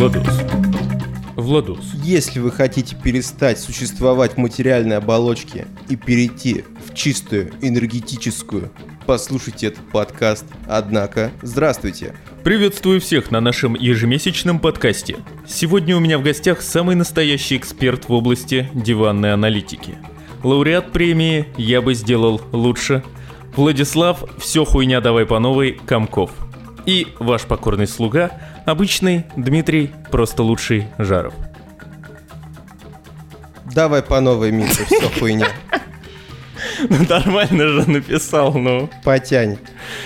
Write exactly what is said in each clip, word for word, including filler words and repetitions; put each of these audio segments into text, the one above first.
Владос. Владос. Если вы хотите перестать существовать в материальной оболочке и перейти в чистую энергетическую, послушайте этот подкаст. Однако, здравствуйте. Приветствую всех на нашем ежемесячном подкасте. Сегодня у меня в гостях самый настоящий эксперт в области диванной аналитики. Лауреат премии «Я бы сделал лучше» Владислав «Все хуйня, давай по новой» Комков. И ваш покорный слуга, обычный Дмитрий «Просто лучший» Жаров. Давай по новой, Миша, все хуйня. Ну нормально же написал, ну. Потянет.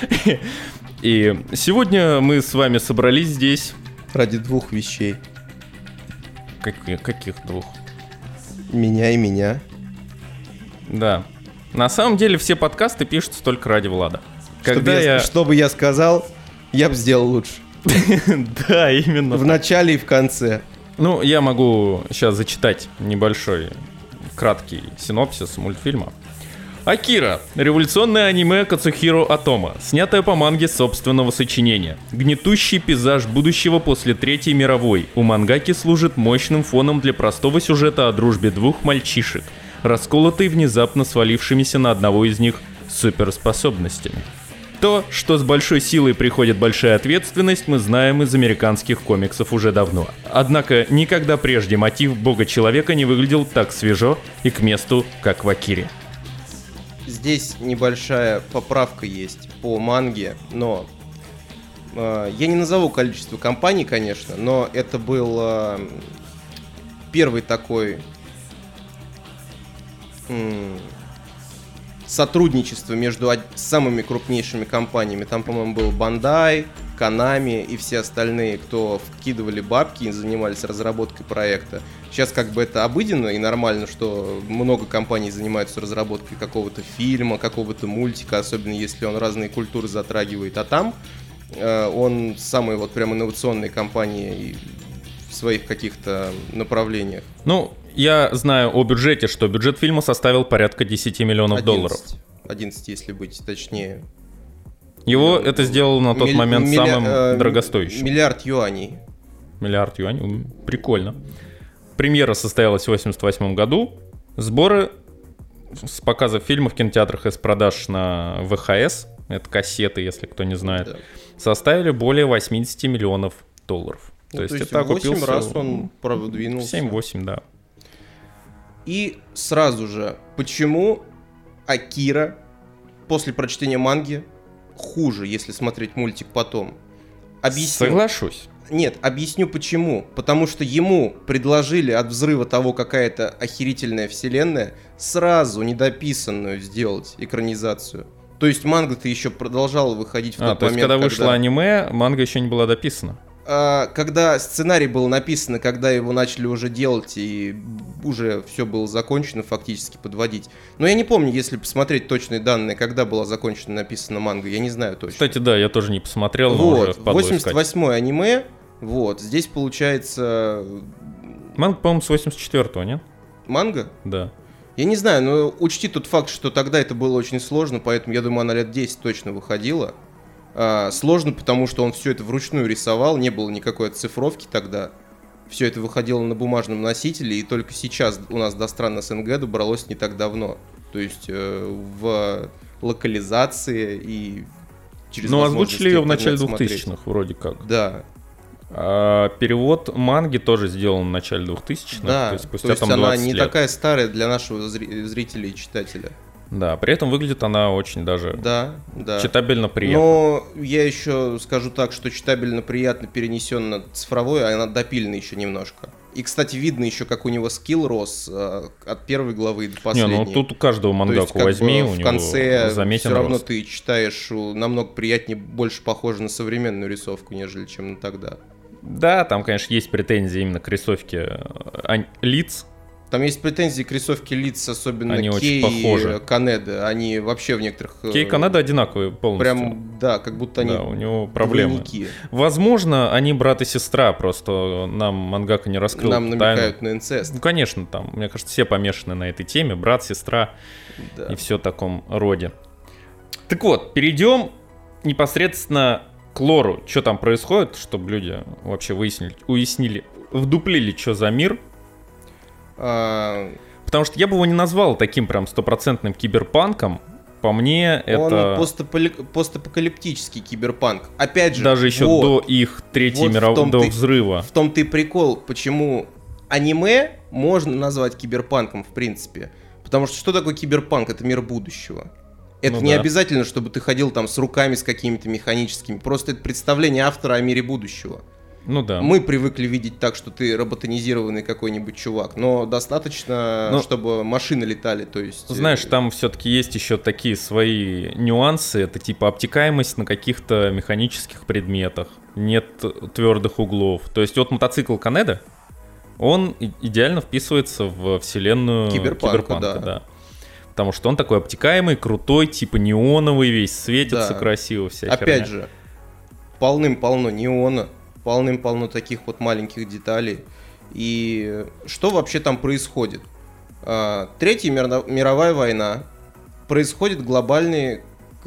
И сегодня мы с вами собрались здесь. Ради двух вещей. Каких, каких двух? Меня и меня. Да. На самом деле все подкасты пишутся только ради Влада. Когда чтобы я, я... Что бы я сказал, я бы сделал лучше. Да, именно. В начале и в конце. Ну, я могу сейчас зачитать небольшой, краткий синопсис мультфильма. Акира – революционное аниме Кацухиро Отомо, снятое по манге собственного сочинения. Гнетущий пейзаж будущего после Третьей мировой у мангаки служит мощным фоном для простого сюжета о дружбе двух мальчишек, расколотой внезапно свалившимися на одного из них суперспособностями. То, что с большой силой приходит большая ответственность, мы знаем из американских комиксов уже давно. Однако никогда прежде мотив бога-человека не выглядел так свежо и к месту, как в Акире. Здесь небольшая поправка есть по манге, но э, я не назову количество компаний, конечно, но это был э, первый такой э, сотрудничество между од- самыми крупнейшими компаниями. Там, по-моему, был Bandai, Konami и все остальные, кто вкидывали бабки и занимались разработкой проекта. Сейчас как бы это обыденно и нормально, что много компаний занимаются разработкой какого-то фильма, какого-то мультика, особенно если он разные культуры затрагивает. А там э, он самый вот прям инновационные компании в своих каких-то направлениях. Ну, я знаю о бюджете, что бюджет фильма составил порядка десять миллионов долларов. одиннадцать, если быть точнее. Его Миллион, это сделало на тот милли, момент милли, самым э, дорогостоящим. Миллиард юаней. Миллиард юаней, прикольно. Премьера состоялась в восемьдесят восьмом году. Сборы с показа фильма в кинотеатрах из продаж на вэ ха эс, это кассеты, если кто не знает, да, составили более восемьдесят миллионов долларов. Ну, то, то есть, есть это восемь окупился... раз он продвинулся. семь-восемь, да. И сразу же, почему Акира после прочтения манги хуже, если смотреть мультик потом? Объясню. Соглашусь. Нет, объясню почему. Потому что ему предложили от взрыва того какая-то охерительная вселенная сразу недописанную сделать экранизацию. То есть манга-то еще продолжала выходить в а, тот то момент, есть, когда, когда вышло когда... аниме, манга еще не была дописана? А, когда сценарий был написан, когда его начали уже делать и уже все было закончено, фактически подводить. Но я не помню, если посмотреть точные данные, когда была закончена написана манга, я не знаю точно. Кстати, да, я тоже не посмотрел, но вот, уже впадло восемьдесят восьмое аниме, вот, здесь получается... Манга, по-моему, с восемьдесят четвёртого, нет? Манга? Да. Я не знаю, но учти тот факт, что тогда это было очень сложно, поэтому я думаю, она лет десять точно выходила. А, сложно, потому что он все это вручную рисовал, не было никакой оцифровки тогда. Все это выходило на бумажном носителе, и только сейчас у нас до стран эс эн гэ добралось не так давно. То есть э, в локализации и через Ну, озвучили ее в начале двухтысячных вроде как. Да. А перевод манги тоже сделан в начале двухтысячных. Да, то есть, спустя то есть там она двадцать не лет. такая старая для нашего зрителя и читателя. Да, при этом выглядит она очень даже да, да. читабельно приятно. Но я еще скажу так, что читабельно приятно перенесен на цифровой, а она допилена еще немножко. И, кстати, видно еще, как у него скилл рос э, от первой главы до последней. Не, ну тут у каждого мангаку возьми, у в него конце заметен все равно рост. ты читаешь намного приятнее, больше похоже на современную рисовку, нежели чем на тогда. Да, там, конечно, есть претензии именно к рисовке лиц. Там есть претензии к рисовке лиц, особенно они Кей и Канеда. Они вообще в некоторых... Кей и Канеда одинаковые полностью. Прям, да, как будто они да, у него проблемы. двойники. Возможно, они брат и сестра, просто нам мангака не раскрыл. Нам намекают тайну. на инцест. Ну, конечно, там, мне кажется, все помешаны на этой теме. Брат, сестра, да, и все в таком роде. Так вот, перейдем непосредственно к к лору, что там происходит, чтобы люди вообще выяснили, уяснили, вдуплили, что за мир. А... Потому что я бы его не назвал таким прям стопроцентным киберпанком. По мне, Он это... постаполи... постапокалиптический киберпанк. Опять же, даже еще вот, до их третьей вот мирового, до ты, взрыва. В том-то и прикол, почему аниме можно назвать киберпанком, в принципе. Потому что что такое киберпанк? Это мир будущего. Это ну не да. обязательно, чтобы ты ходил там с руками, с какими-то механическими. Просто это представление автора о мире будущего. Ну да. Мы привыкли видеть так, что ты роботонизированный какой-нибудь чувак, но достаточно, ну, чтобы машины летали, то есть... Знаешь, там все-таки есть еще такие свои нюансы, это типа обтекаемость на каких-то механических предметах, нет твердых углов. То есть вот мотоцикл Канеда, он идеально вписывается в вселенную Киберпанка, киберпанка, да. да. Потому что он такой обтекаемый, крутой, типа неоновый, весь светится да. красиво, вся Опять херня. же, полным-полно неона, полным-полно таких вот маленьких деталей. И что вообще там происходит? Третья мировая война. Происходит глобальный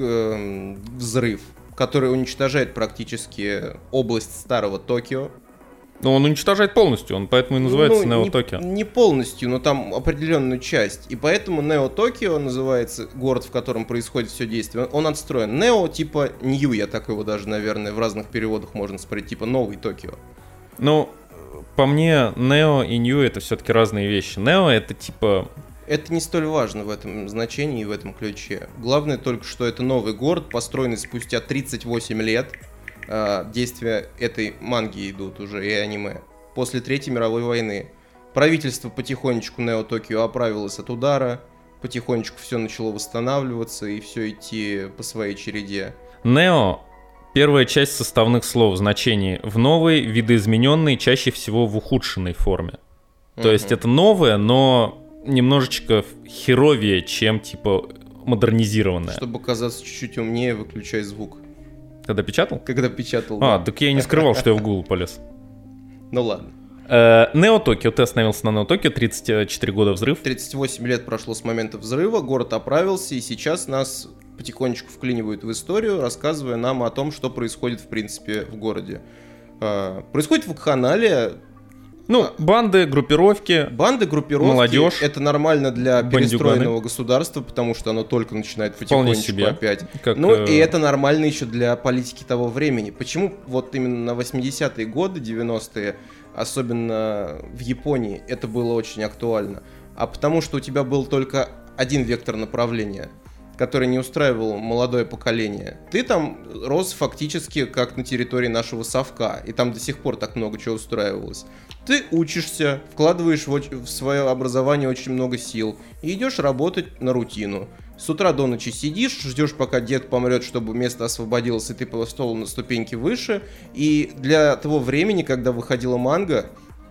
э, взрыв, который уничтожает практически область старого Токио. Но он уничтожает полностью, он поэтому и называется ну, Нео-Токио. Не, не полностью, но там определенную часть. И поэтому Нео-Токио называется город, в котором происходит все действие. Он отстроен. Нео типа Нью, я так его даже, наверное, в разных переводах можно смотреть, типа новый Токио. Ну, по мне, Нео и Нью это все-таки разные вещи. Нео это типа... Это не столь важно в этом значении и в этом ключе. Главное только, что это новый город, построенный спустя тридцать восемь лет. Действия этой манги идут уже и аниме. После Третьей мировой войны правительство потихонечку Нео-Токио оправилось от удара, потихонечку все начало восстанавливаться и все идти по своей череде. Нео — первая часть составных слов, значений в новой, видоизмененной, чаще всего в ухудшенной форме. То Uh-huh. есть это новое, но немножечко херовее, чем типа модернизированное. Чтобы казаться чуть-чуть умнее, выключай звук. Когда печатал? Когда печатал. А, да. так я и не скрывал, что я в Google полез. Ну ладно. Нео-Токио, ты остановился на Нео-Токио, тридцать четыре года взрыв. тридцать восемь лет прошло с момента взрыва, город оправился, и сейчас нас потихонечку вклинивают в историю, рассказывая нам о том, что происходит в принципе в городе. Происходит вакханалия. Ну, банды, группировки, банды, группировки, молодежь. Это нормально для бандюганы. перестроенного государства, потому что оно только начинает потихонечку себе. опять. Как, ну э... и это нормально еще для политики того времени. Почему вот именно на восьмидесятые годы, девяностые, особенно в Японии, это было очень актуально? А потому что у тебя был только один вектор направления, который не устраивал молодое поколение. Ты там рос фактически как на территории нашего совка, и там до сих пор так много чего устраивалось. Ты учишься, вкладываешь в, в свое образование очень много сил и идешь работать на рутину. С утра до ночи сидишь, ждешь, пока дед помрет, чтобы место освободилось, и ты постол на ступеньки выше. И для того времени, когда выходила манга,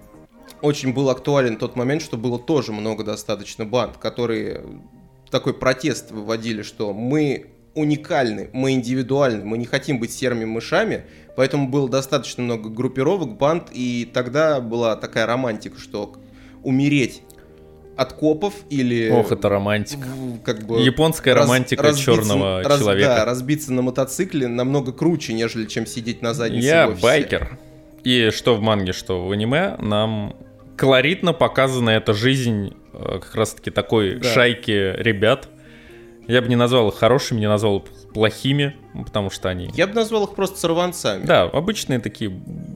очень был актуален тот момент, что было тоже много достаточно банд, которые такой протест выводили, что мы уникальны, мы индивидуальны, мы не хотим быть серыми мышами, поэтому было достаточно много группировок, банд, и тогда была такая романтика, что умереть от копов или... Ох, это романтика. Как бы японская раз, романтика разбиться, черного раз, человека. Да, разбиться на мотоцикле намного круче, нежели чем сидеть на заднице Я в офисе. байкер. И что в манге, что в аниме, нам колоритно показана эта жизнь как раз-таки такой да. шайки ребят. Я бы не назвал их хорошими, не назвал их плохими, потому что они... Я бы назвал их просто сорванцами. Да, обычные такие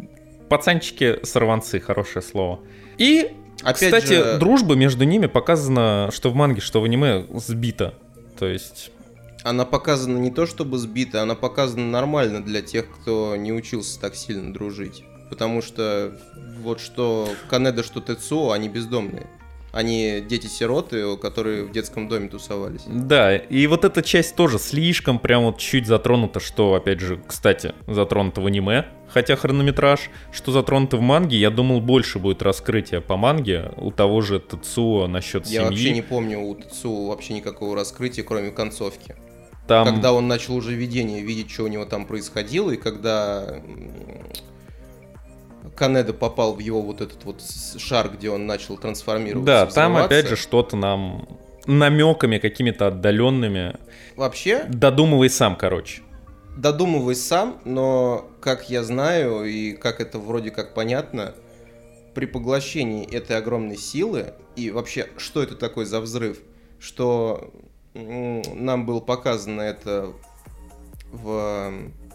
пацанчики-сорванцы, хорошее слово. И, опять кстати, же... дружба между ними показана, что в манге, что в аниме, сбита. То есть... Она показана не то чтобы сбита, она показана нормально для тех, кто не учился так сильно дружить. Потому что вот что Канеда, что Тецуо, они бездомные. Они дети-сироты, которые в детском доме тусовались. Да, и вот эта часть тоже слишком прям вот чуть затронута, что, опять же, кстати, затронуто в аниме, хотя хронометраж, что затронуто в манге, я думал, больше будет раскрытия по манге у того же Тецуо насчет семьи. Я вообще не помню у Тецуо вообще никакого раскрытия, кроме концовки. Там... Когда он начал уже видение видеть, что у него там происходило, и когда... Канеда попал в его вот этот вот шар, где он начал трансформироваться. Да, там опять же что-то нам намеками какими-то отдаленными. Вообще? Додумывай сам, короче. додумывай сам, но как я знаю и как это вроде как понятно, при поглощении этой огромной силы и вообще, что это такое за взрыв, что м, нам было показано это в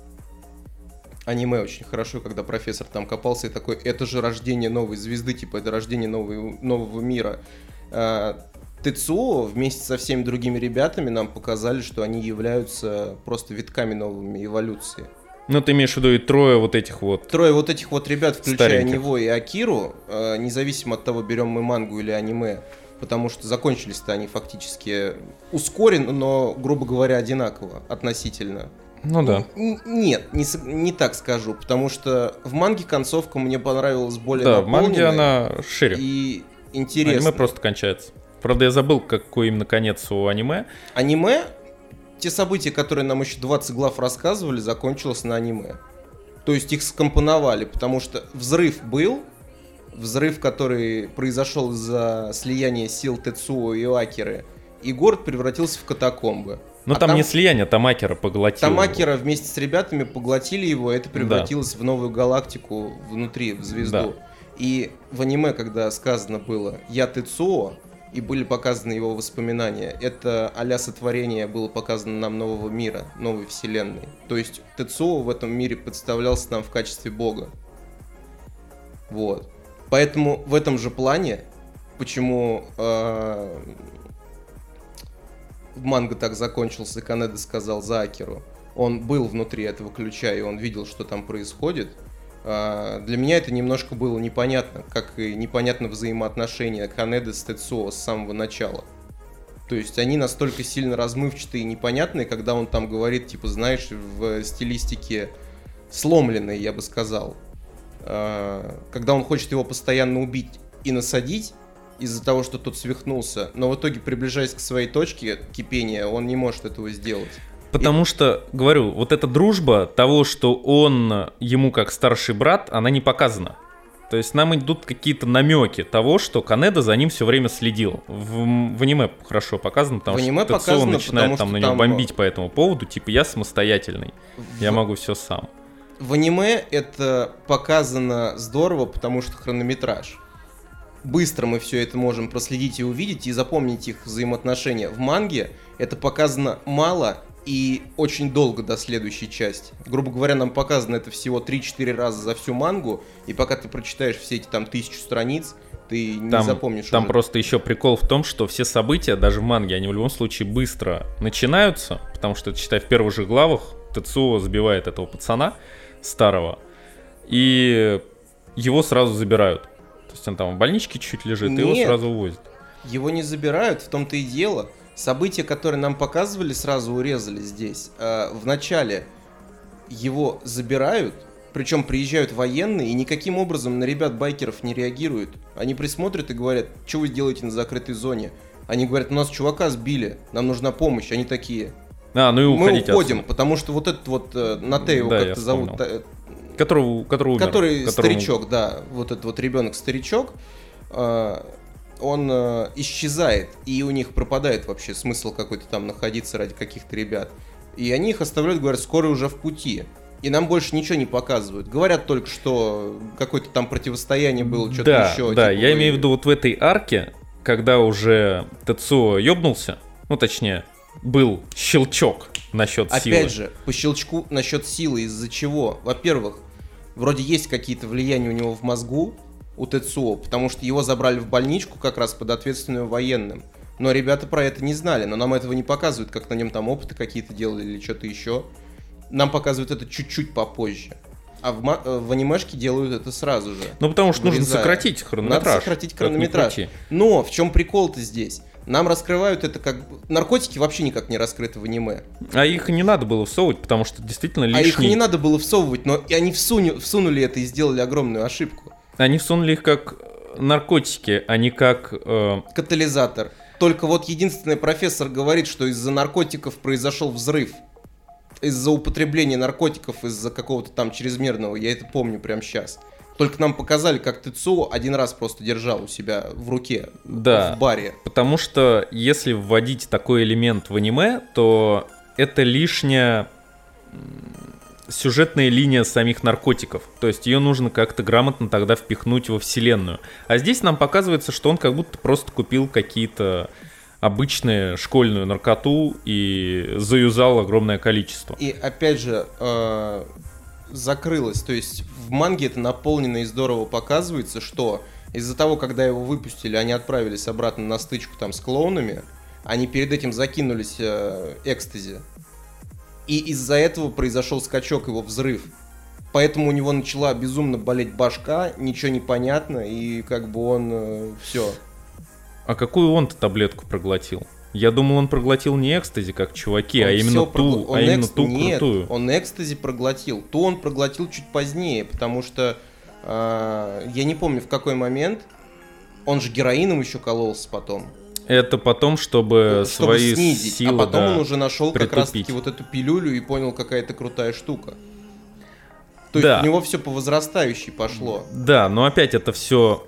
аниме очень хорошо, когда профессор там копался и такой, это же рождение новой звезды, типа это рождение новой, нового мира. А, Тецуо вместе со всеми другими ребятами нам показали, что они являются просто витками новыми эволюции. Ну, ты имеешь в виду и трое вот этих вот... Трое вот этих вот ребят, включая стареньких. него и Акиру, э, независимо от того, берем мы мангу или аниме, потому что закончились-то они фактически ускоренно, но, грубо говоря, одинаково относительно. Ну да. Н- Нет, не, с- не так скажу, потому что в манге концовка мне понравилась более Да, в манге наполненной она шире. и интересная. Аниме просто кончается. Правда, я забыл, какой именно конец у аниме. Аниме, те события, которые нам еще двадцать глав рассказывали, закончилось на аниме. То есть их скомпоновали, потому что взрыв был, взрыв, который произошел из-за слияния сил Тецуо и Акиры, и город превратился в катакомбы. Ну А там, не слияние, там Акера поглотил. Там его. Акера вместе с ребятами поглотили его, и это превратилось в новую галактику внутри, в звезду. Да. И в аниме, когда сказано было «Я Тецуо», и были показаны его воспоминания, это а-ля сотворение было показано нам нового мира, новой вселенной. То есть Тецуо в этом мире представлялся нам в качестве бога. Вот. Поэтому в этом же плане, почему э, манга так закончился, Канеда сказал за Акеру, он был внутри этого ключа, и он видел, что там происходит. Uh, для меня это немножко было непонятно, как и непонятно взаимоотношения Канеды с Тецуо с самого начала. То есть они настолько сильно размывчатые и непонятные, когда он там говорит, типа, знаешь, в стилистике сломленной, я бы сказал. Uh, когда он хочет его постоянно убить и насадить из-за того, что тот свихнулся, но в итоге, приближаясь к своей точке кипения, он не может этого сделать. Потому что, говорю, вот эта дружба того, что он ему как старший брат, она не показана. То есть нам идут какие-то намеки того, что Канеда за ним все время следил. В, в аниме хорошо показано, потому в что Тецуо показано, начинает там на него там... бомбить по этому поводу, типа я самостоятельный, в... я могу все сам. В аниме это показано здорово, потому что хронометраж. Быстро мы все это можем проследить и увидеть, и запомнить их взаимоотношения. В манге это показано мало и очень долго до следующей части. Грубо говоря, нам показано это всего три-четыре раза за всю мангу, и пока ты прочитаешь все эти там тысячу страниц, ты не там, запомнишь. Там уже. просто еще прикол в том, что все события, даже в манге, они в любом случае быстро начинаются, потому что, считай, в первых же главах Тецуо забивает этого пацана старого, и его сразу забирают. То есть он там в больничке чуть лежит, Нет, и его сразу увозят. Его не забирают, в том-то и дело. События, которые нам показывали, сразу урезали здесь. А, вначале его забирают, причем приезжают военные, и никаким образом на ребят-байкеров не реагируют. Они присмотрят и говорят, что вы делаете на закрытой зоне? Они говорят, у нас чувака сбили, нам нужна помощь. Они такие, А, ну и мы уходите уходим, отсюда. потому что вот этот вот, э, Натео, Да, я как-то зовут, вспомнил. та- Которого, которого умер. который которому- старичок, да, вот этот вот ребенок-старичок, э, он э, исчезает, и у них пропадает вообще смысл какой-то там находиться ради каких-то ребят. И они их оставляют, говорят, скоро уже в пути. И нам больше ничего не показывают. Говорят только, что какое-то там противостояние было, что-то Да, еще. да, типа, я вы- имею в виду вот в этой арке, когда уже Тецуо ёбнулся, ну точнее, был щелчок насчет силы. Опять же, по щелчку насчет силы, из-за чего? Во-первых, вроде есть какие-то влияния у него в мозгу, у Тецуо, потому что его забрали в больничку как раз под ответственным военным. Но ребята про это не знали, но нам этого не показывают, как на нем там опыты какие-то делали или что-то еще. Нам показывают это чуть-чуть попозже. А в, ма- в анимешке делают это сразу же. Ну потому что нужно вырезая. сократить хронометраж. Надо сократить Как ни хронометраж. крути. Но в чем прикол-то здесь? Нам раскрывают это как... Наркотики вообще никак не раскрыты в аниме. А их и не надо было всовывать, потому что действительно лишний... А их не надо было всовывать, но и они всуни- всунули это и сделали огромную ошибку. Они всунули их как наркотики, а не как... э, Катализатор. Только вот единственный профессор говорит, что из-за наркотиков произошел взрыв. Из-за употребления наркотиков, из-за какого-то там чрезмерного, я это помню прямо сейчас. Только нам показали, как Тецуо один раз просто держал у себя в руке, Да. в баре. Потому что если вводить такой элемент в аниме, то это лишняя сюжетная линия самих наркотиков. То есть ее нужно как-то грамотно тогда впихнуть во вселенную. А здесь нам показывается, что он как будто просто купил какие-то обычную школьную наркоту и заюзал огромное количество. И опять же, э, закрылось. То есть в манге это наполнено и здорово показывается, что из-за того, когда его выпустили, они отправились обратно на стычку там с клоунами, они перед этим закинулись э, экстази. И из-за этого произошел скачок, его взрыв. Поэтому у него начала безумно болеть башка, ничего не понятно, и как бы он э, все. А какую он-то таблетку проглотил? Я думал, он проглотил не экстази, как чуваки, Он а именно всё ту, прогла- а именно экс- ту Нет, крутую. он экстази проглотил. Ту он проглотил чуть позднее, потому что э, я не помню в какой момент. Он же героином еще кололся потом. Это потом, чтобы, чтобы свои снизить. силы, А потом да, он уже нашел как притупить. раз таки вот эту пилюлю и понял, какая это крутая штука. То Да. есть у него все по возрастающей пошло. Да, но опять это все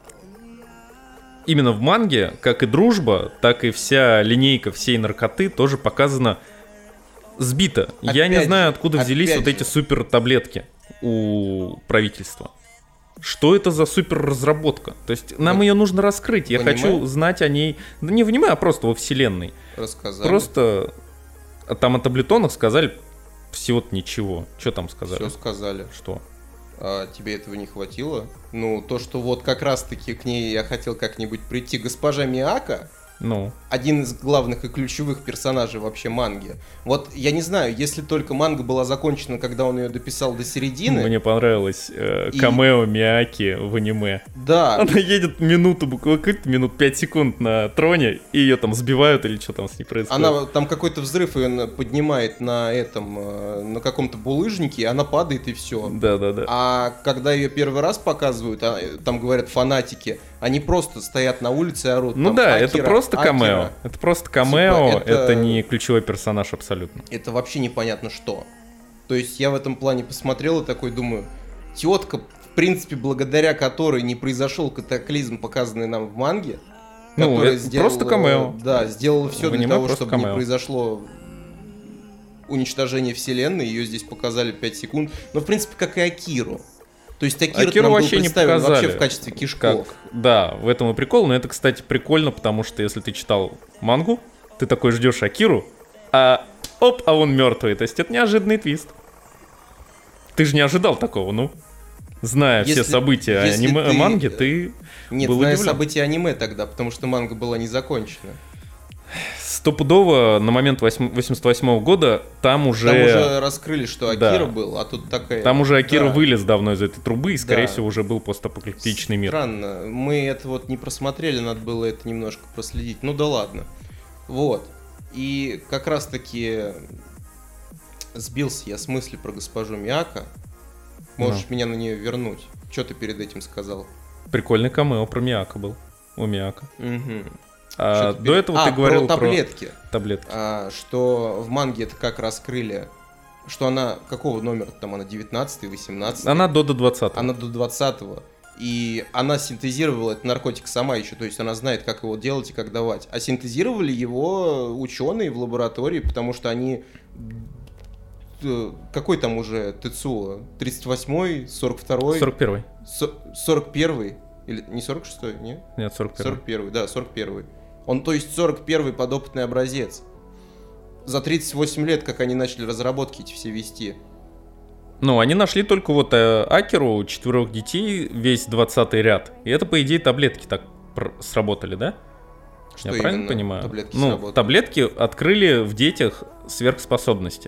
именно в манге, как и дружба, так и вся линейка всей наркоты тоже показана сбита. Я не Опять знаю, же, откуда взялись опять вот эти же. супер таблетки у правительства. Что это за супер разработка? То есть нам Вот ее нужно раскрыть. Я в хочу аниме? знать о ней. Да не в аниме, а просто во вселенной. Рассказали. Просто там о таблетонах сказали всего-то ничего. Что там сказали? Все сказали. Что? А тебе этого не хватило? Ну, то, что вот как раз-таки к ней я хотел как-нибудь прийти. Госпожа Миака, Ну, один из главных и ключевых персонажей вообще манги. Вот я не знаю, если только манга была закончена, когда он ее дописал до середины. мне понравилось э, И- камео Миаки в аниме. Да, Она едет минуту, буквально какую-то минут пять секунд на троне, и ее там сбивают или что там с ней происходит. она там какой-то взрыв ее поднимает на этом, э, на каком-то булыжнике, и она падает и все. Да-да-да. А когда ее первый раз показывают, а, там говорят фанатики, они просто стоят на улице и орут. Ну там, да, «Акира, это просто Акира». камео. Это просто камео, Типа, это- это... не ключевой персонаж абсолютно. Это вообще непонятно что. То есть я в этом плане посмотрел и такой думаю, тетка, в принципе, благодаря которой не произошел катаклизм, показанный нам в манге, Ну, которая это сделала, просто камео. Да, сделала все В для аниме того, просто чтобы не камео. произошло уничтожение вселенной, ее здесь показали пять секунд. Но, в принципе, как и Акиру. То есть Акира Акиру нам был вообще не представлен показали. вообще в качестве кишков. Как? Да, в этом и прикол. Но это, кстати, прикольно, потому что если ты читал мангу, ты такой ждешь Акиру, а оп, а он мертвый. То есть это неожиданный твист. Ты же не ожидал такого, ну. Зная Если- все события если аниме, ты- манги, ты Нет, был зная удивлен. события аниме тогда, потому что манга была не закончена. Стопудово на момент восьм- восемьдесят восьмого года там уже, Там уже раскрыли, что Акира Да. был, а тут такая... там уже Акира Да. вылез давно из этой трубы и, скорее Да. всего, уже был постапокалиптичный мир. Странно, мы это вот не просмотрели, надо было это немножко проследить. Ну да ладно. Вот. И как раз таки сбился я с мысли про госпожу Миака. Можешь Ну. меня на нее вернуть. Что ты перед этим сказал? Прикольный камео про Миака был. У Миака. Угу. А, до этого а, ты говорил про про таблетки. таблетки. А, что в манге это как раскрыли, что она, какого номера там она, девятнадцатый, восемнадцатый? Она до до двадцатого. Она до двадцатого. И она синтезировала этот наркотик сама еще, то есть она знает, как его делать и как давать. А синтезировали его ученые в лаборатории, потому что они... э, Какой там уже Тецуо? тридцать восьмой, сорок второй? сорок первый. Со- сорок первый? Или не сорок шестой, не? Нет, сорок первый. сорок первый, да, сорок первый. Он, то есть, сорок первый подопытный образец. За тридцать восемь лет, как они начали разработки эти все вести. Ну, они нашли только вот э, Акеру, четверых детей, весь двадцатый ряд. И это, по идее, таблетки так пр- сработали, да? Что Я правильно именно понимаю? таблетки ну, сработали? таблетки открыли в детях сверхспособности.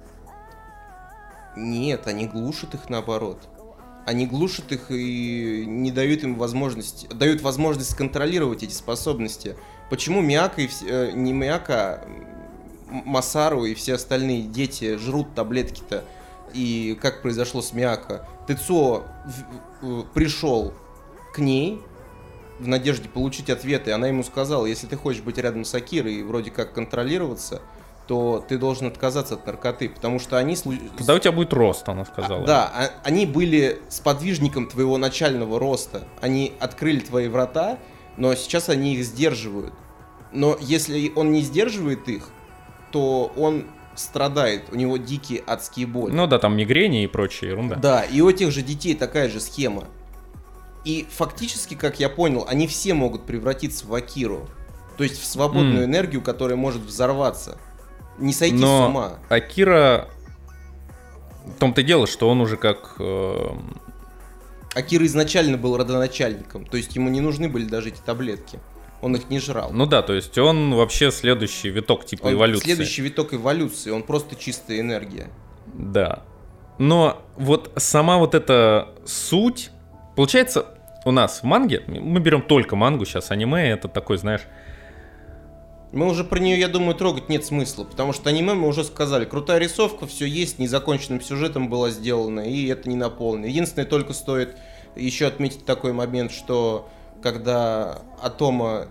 Нет, они глушат их наоборот. Они глушат их и не дают им возможность, дают возможность контролировать эти способности. Почему Миака и вс- э, не Миака, М- Масару и все остальные дети жрут таблетки-то? И как произошло с Миака? Тецуо в- в- пришел к ней в надежде получить ответы. Она ему сказала, если ты хочешь быть рядом с Акирой и вроде как контролироваться, то ты должен отказаться от наркоты, потому что они... слу- Когда у тебя будет рост, она сказала. а, да, а- они были сподвижником твоего начального роста. Они открыли твои врата, но сейчас они их сдерживают. Но если он не сдерживает их, то он страдает, у него дикие адские боли. Ну да, там мигрени и прочая ерунда. Да, и у этих же детей такая же схема. И фактически, как я понял, они все могут превратиться в Акиру. То есть в свободную mm. энергию, которая может взорваться. Не сойти Но с ума. Акира... В том-то и дело, что он уже как... Э... Акира изначально был родоначальником. То есть ему не нужны были даже эти таблетки. Он их не жрал. Ну да, то есть он вообще следующий виток типа он эволюции. Следующий виток эволюции. Он просто чистая энергия. Да. Но вот сама вот эта суть... Получается, у нас в манге... Мы берем только мангу сейчас, аниме это такой, знаешь... Мы уже про нее, я думаю, трогать нет смысла, потому что аниме мы уже сказали. Крутая рисовка, все есть, незаконченным сюжетом была сделана, и это не наполнено. Единственное, только стоит еще отметить такой момент, что когда Атома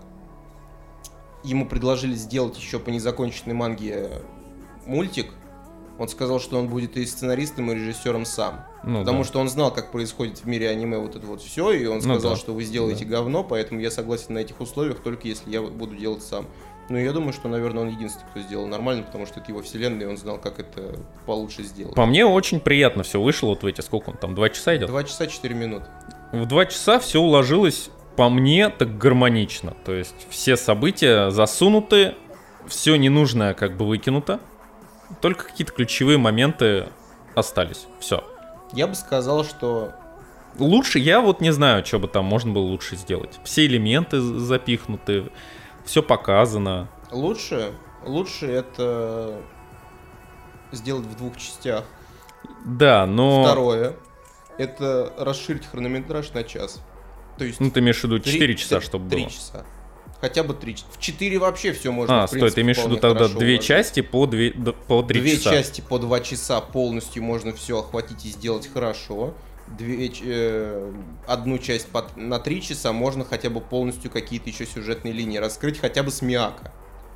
ему предложили сделать еще по незаконченной манге мультик, он сказал, что он будет и сценаристом, и режиссером сам. Ну, потому да. что он знал, как происходит в мире аниме вот это вот все, и он сказал, ну, да. что вы сделаете да. говно, поэтому я согласен на этих условиях, только если я буду делать сам. Ну, я думаю, что, наверное, он единственный, кто сделал нормально, потому что это его вселенная, и он знал, как это получше сделать. По мне, очень приятно все вышло вот в эти, сколько он там, два часа идет? Два часа четыре минуты. В два часа все уложилось, по мне, так гармонично. То есть все события засунуты, все ненужное как бы выкинуто, только какие-то ключевые моменты остались. Все. Я бы сказал, что... Лучше, я вот не знаю, что бы там можно было лучше сделать. Все элементы запихнуты, все показано. Лучше? Лучше это сделать в двух частях. Да, но... Второе. Это расширить хронометраж на час. То есть... Ну, ты имеешь в виду четыре часа, чтобы было? три часа. Хотя бы три часа. В четыре вообще все можно, а, в принципе, стой, ты имеешь в виду тогда две части по, две, по три две часа? Две части по два часа полностью можно все охватить и сделать хорошо. Две, э, одну часть под, на три часа можно хотя бы полностью какие-то еще сюжетные линии раскрыть, хотя бы с Миако.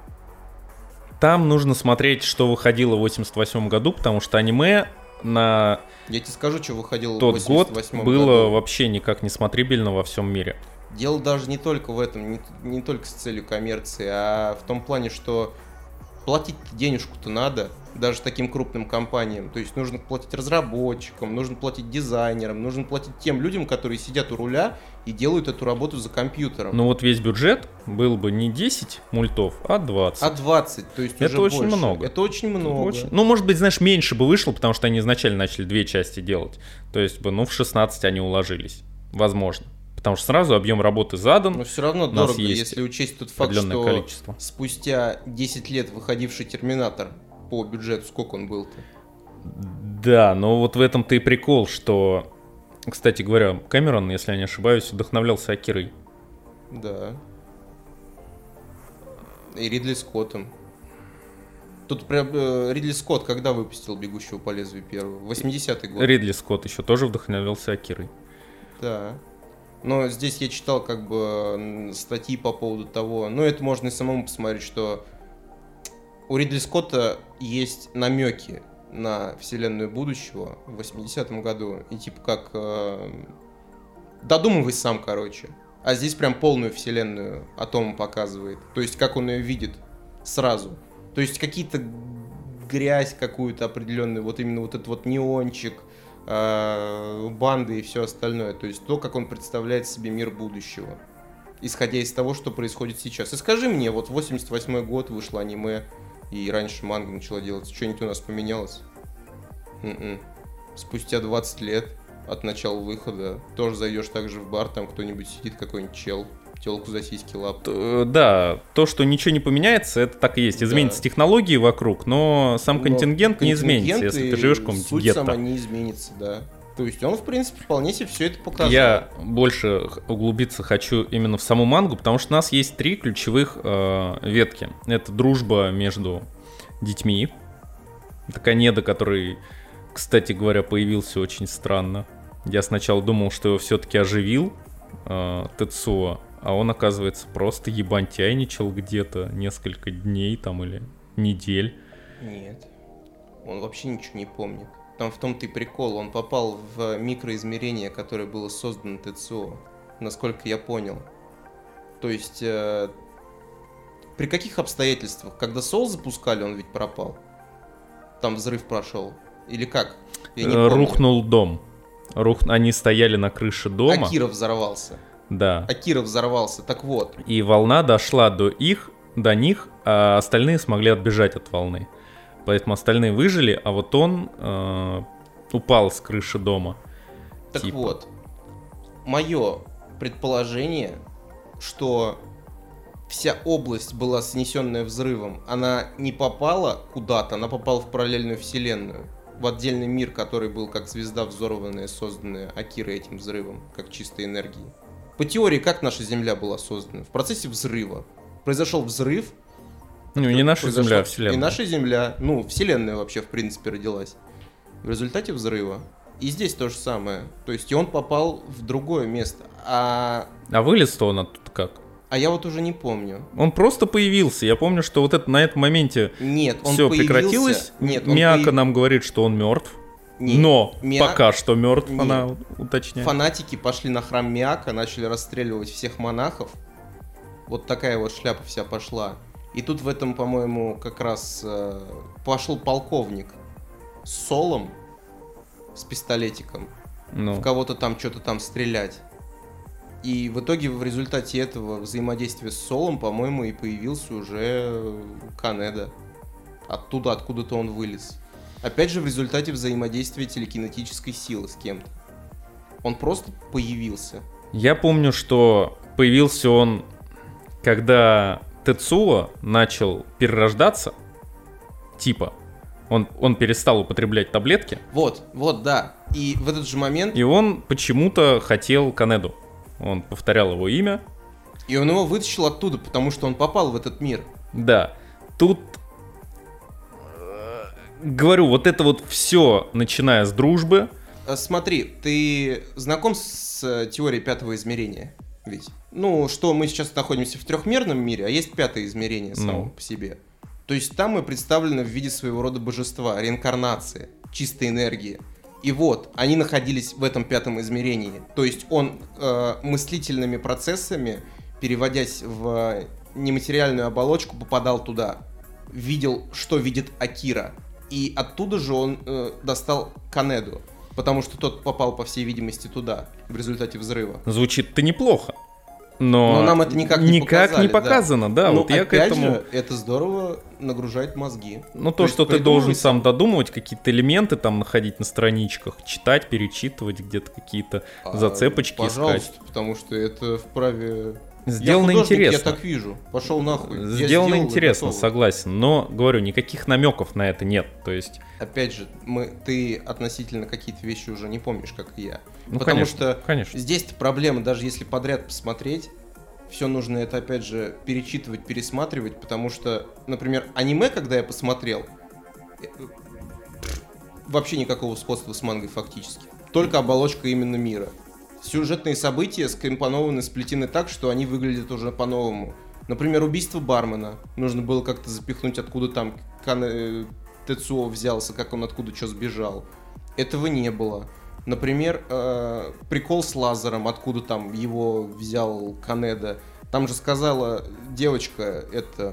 Там нужно смотреть, что выходило в восемьдесят восьмом году, потому что аниме на Я тебе скажу, что выходило тот в восемьдесят восьмом год было году. Вообще никак не смотрибельно во всем мире. Дело даже не только в этом, не, не только с целью коммерции, а в том плане, что платить денежку-то надо, даже таким крупным компаниям. То есть нужно платить разработчикам, нужно платить дизайнерам, нужно платить тем людям, которые сидят у руля и делают эту работу за компьютером. Ну вот весь бюджет был бы не десять мультов, а двадцать. А двадцать, то есть это уже очень больше. много. Это очень много. Очень... Ну, может быть, знаешь, меньше бы вышло, потому что они изначально начали две части делать. То есть, ну, в шестнадцать они уложились. Возможно. Потому что сразу объем работы задан. Но все равно дорого, если учесть тот факт, что количество. Спустя десять лет выходивший Терминатор по бюджету, сколько он был-то? Да, но вот в этом-то и прикол, что, кстати говоря, Кэмерон, если я не ошибаюсь, вдохновлялся Акирой. Да. И Ридли Скоттом. Тут прям э, Ридли Скотт когда выпустил «Бегущего по лезвию» первого? восьмидесятый год. Ридли Скотт еще тоже вдохновлялся Акирой. Да. Но здесь я читал как бы статьи по поводу того, ну это можно и самому посмотреть, что у Ридли Скотта есть намеки на вселенную будущего в восьмидесятом году. И типа как... Э, додумывай сам, короче. А здесь прям полную вселенную Атома показывает. То есть как он ее видит сразу. То есть какие-то грязь какую-то определенную, вот именно вот этот вот неончик, банды и все остальное. То есть то, как он представляет себе мир будущего, исходя из того, что происходит сейчас. И скажи мне, вот восемьдесят восьмой год вышло аниме, и раньше манга начала делаться. Что-нибудь у нас поменялось? М-м. Спустя двадцать лет от начала выхода тоже зайдешь также в бар, там кто-нибудь сидит, какой-нибудь чел, телку за сиськи лап. Да, то, что ничего не поменяется, это так и есть. Изменятся да. технологии вокруг, но сам но контингент, контингент не изменится, если ты живешь в каком-нибудь суть гетто. Суть сама не изменится, да. То есть он, в принципе, вполне себе все это показал. Я больше углубиться хочу именно в саму мангу, потому что у нас есть три ключевых э, ветки. Это дружба между детьми. Это Канеда, который, кстати говоря, появился очень странно. Я сначала думал, что его все-таки оживил э, Тецуо, а он, оказывается, просто ебантяйничал где-то несколько дней там или недель. Нет, он вообще ничего не помнит. Там в том-то и прикол, он попал в микроизмерение, которое было создано Тецуо, насколько я понял. То есть, э, при каких обстоятельствах? Когда Сол запускали, он ведь пропал. там взрыв прошел? Или как? Я не помню. Рухнул дом. Рух... Они стояли на крыше дома. Акира взорвался. Да. Акира взорвался, так вот. И волна дошла до их, до них, а остальные смогли отбежать от волны. Поэтому остальные выжили, а вот он э, упал с крыши дома. Так типа. вот, мое предположение, что вся область была снесенная взрывом, она не попала куда-то, она попала в параллельную вселенную, в отдельный мир, который был как звезда взорванная, созданная Акирой этим взрывом, как чистой энергией. По теории, как наша Земля была создана? В процессе взрыва. Произошел взрыв. Ну, не наша произошел... Земля, а Вселенная. И наша Земля, ну, Вселенная вообще, в принципе, родилась. В результате взрыва. И здесь то же самое. То есть и он попал в другое место. А, А вылез-то он оттуда как? а я вот уже не помню. Он просто появился. Я помню, что вот это, на этом моменте Нет, он все появился... прекратилось. Нет, он Миака появ- нам говорит, что он мертв. Не, Но Миа- пока что мертв, Нет. она уточняет. Фанатики пошли на храм Миака, начали расстреливать всех монахов. Вот такая вот шляпа вся пошла. И тут в этом, по-моему, как раз э, пошел полковник с солом, с пистолетиком, Ну. в кого-то там что-то там стрелять. И в итоге в результате этого взаимодействия с солом, по-моему, и появился уже Канеда. Оттуда, откуда-то он вылез. Опять же, в результате взаимодействия телекинетической силы с кем-то. Он просто появился. Я помню, что появился он, когда Тецуо начал перерождаться. Типа, он, он перестал употреблять таблетки. Вот, вот, да. И в этот же момент... И он почему-то хотел Канеду. Он повторял его имя. И он его вытащил оттуда, потому что он попал в этот мир. Да. Тут... э, Говорю, вот это вот все, начиная с дружбы. А, Смотри, ты знаком с э, теорией пятого измерения? Ведь? Ну, что мы сейчас находимся в трехмерном мире, а есть пятое измерение само Ну. по себе. То есть там мы представлены в виде своего рода божества, реинкарнации, чистой энергии. И вот, они находились в этом пятом измерении. То есть он э, мыслительными процессами, переводясь в нематериальную оболочку, попадал туда. Видел, что видит Акира. И оттуда же он э, достал Канеду. Потому что тот попал, по всей видимости, туда, в результате взрыва. Звучит-то неплохо. Но, Но нам это никак не никак показали, не показано, да. да. Ну, вот я к опять этому... же, это здорово нагружает мозги. Ну, то, есть что ты придумывай должен сам сам. додумывать, какие-то элементы там находить на страничках, читать, перечитывать, где-то какие-то А, зацепочки пожалуйста, искать. потому что это вправе... Сделано я художник, интересно. Я так вижу. Пошел нахуй. Я Сделано сделал и интересно, готово. согласен. Но, говорю, никаких намеков на это нет. То есть, Опять же, мы, ты относительно какие-то вещи уже не помнишь, как и я. ну, Потому конечно, что конечно. здесь-то проблема, даже если подряд посмотреть, все нужно это, опять же, перечитывать, пересматривать, потому что, например, аниме, когда я посмотрел, э, вообще никакого сходства с мангой фактически. Только оболочка именно мира. Сюжетные события скомпонованы, сплетены так, что они выглядят уже по-новому. Например, убийство бармена. Нужно было как-то запихнуть, откуда там Кане... Тецуо взялся, как он откуда что сбежал. Этого не было. Например, э, прикол с лазером, откуда там его взял Канеда. Там же сказала девочка, это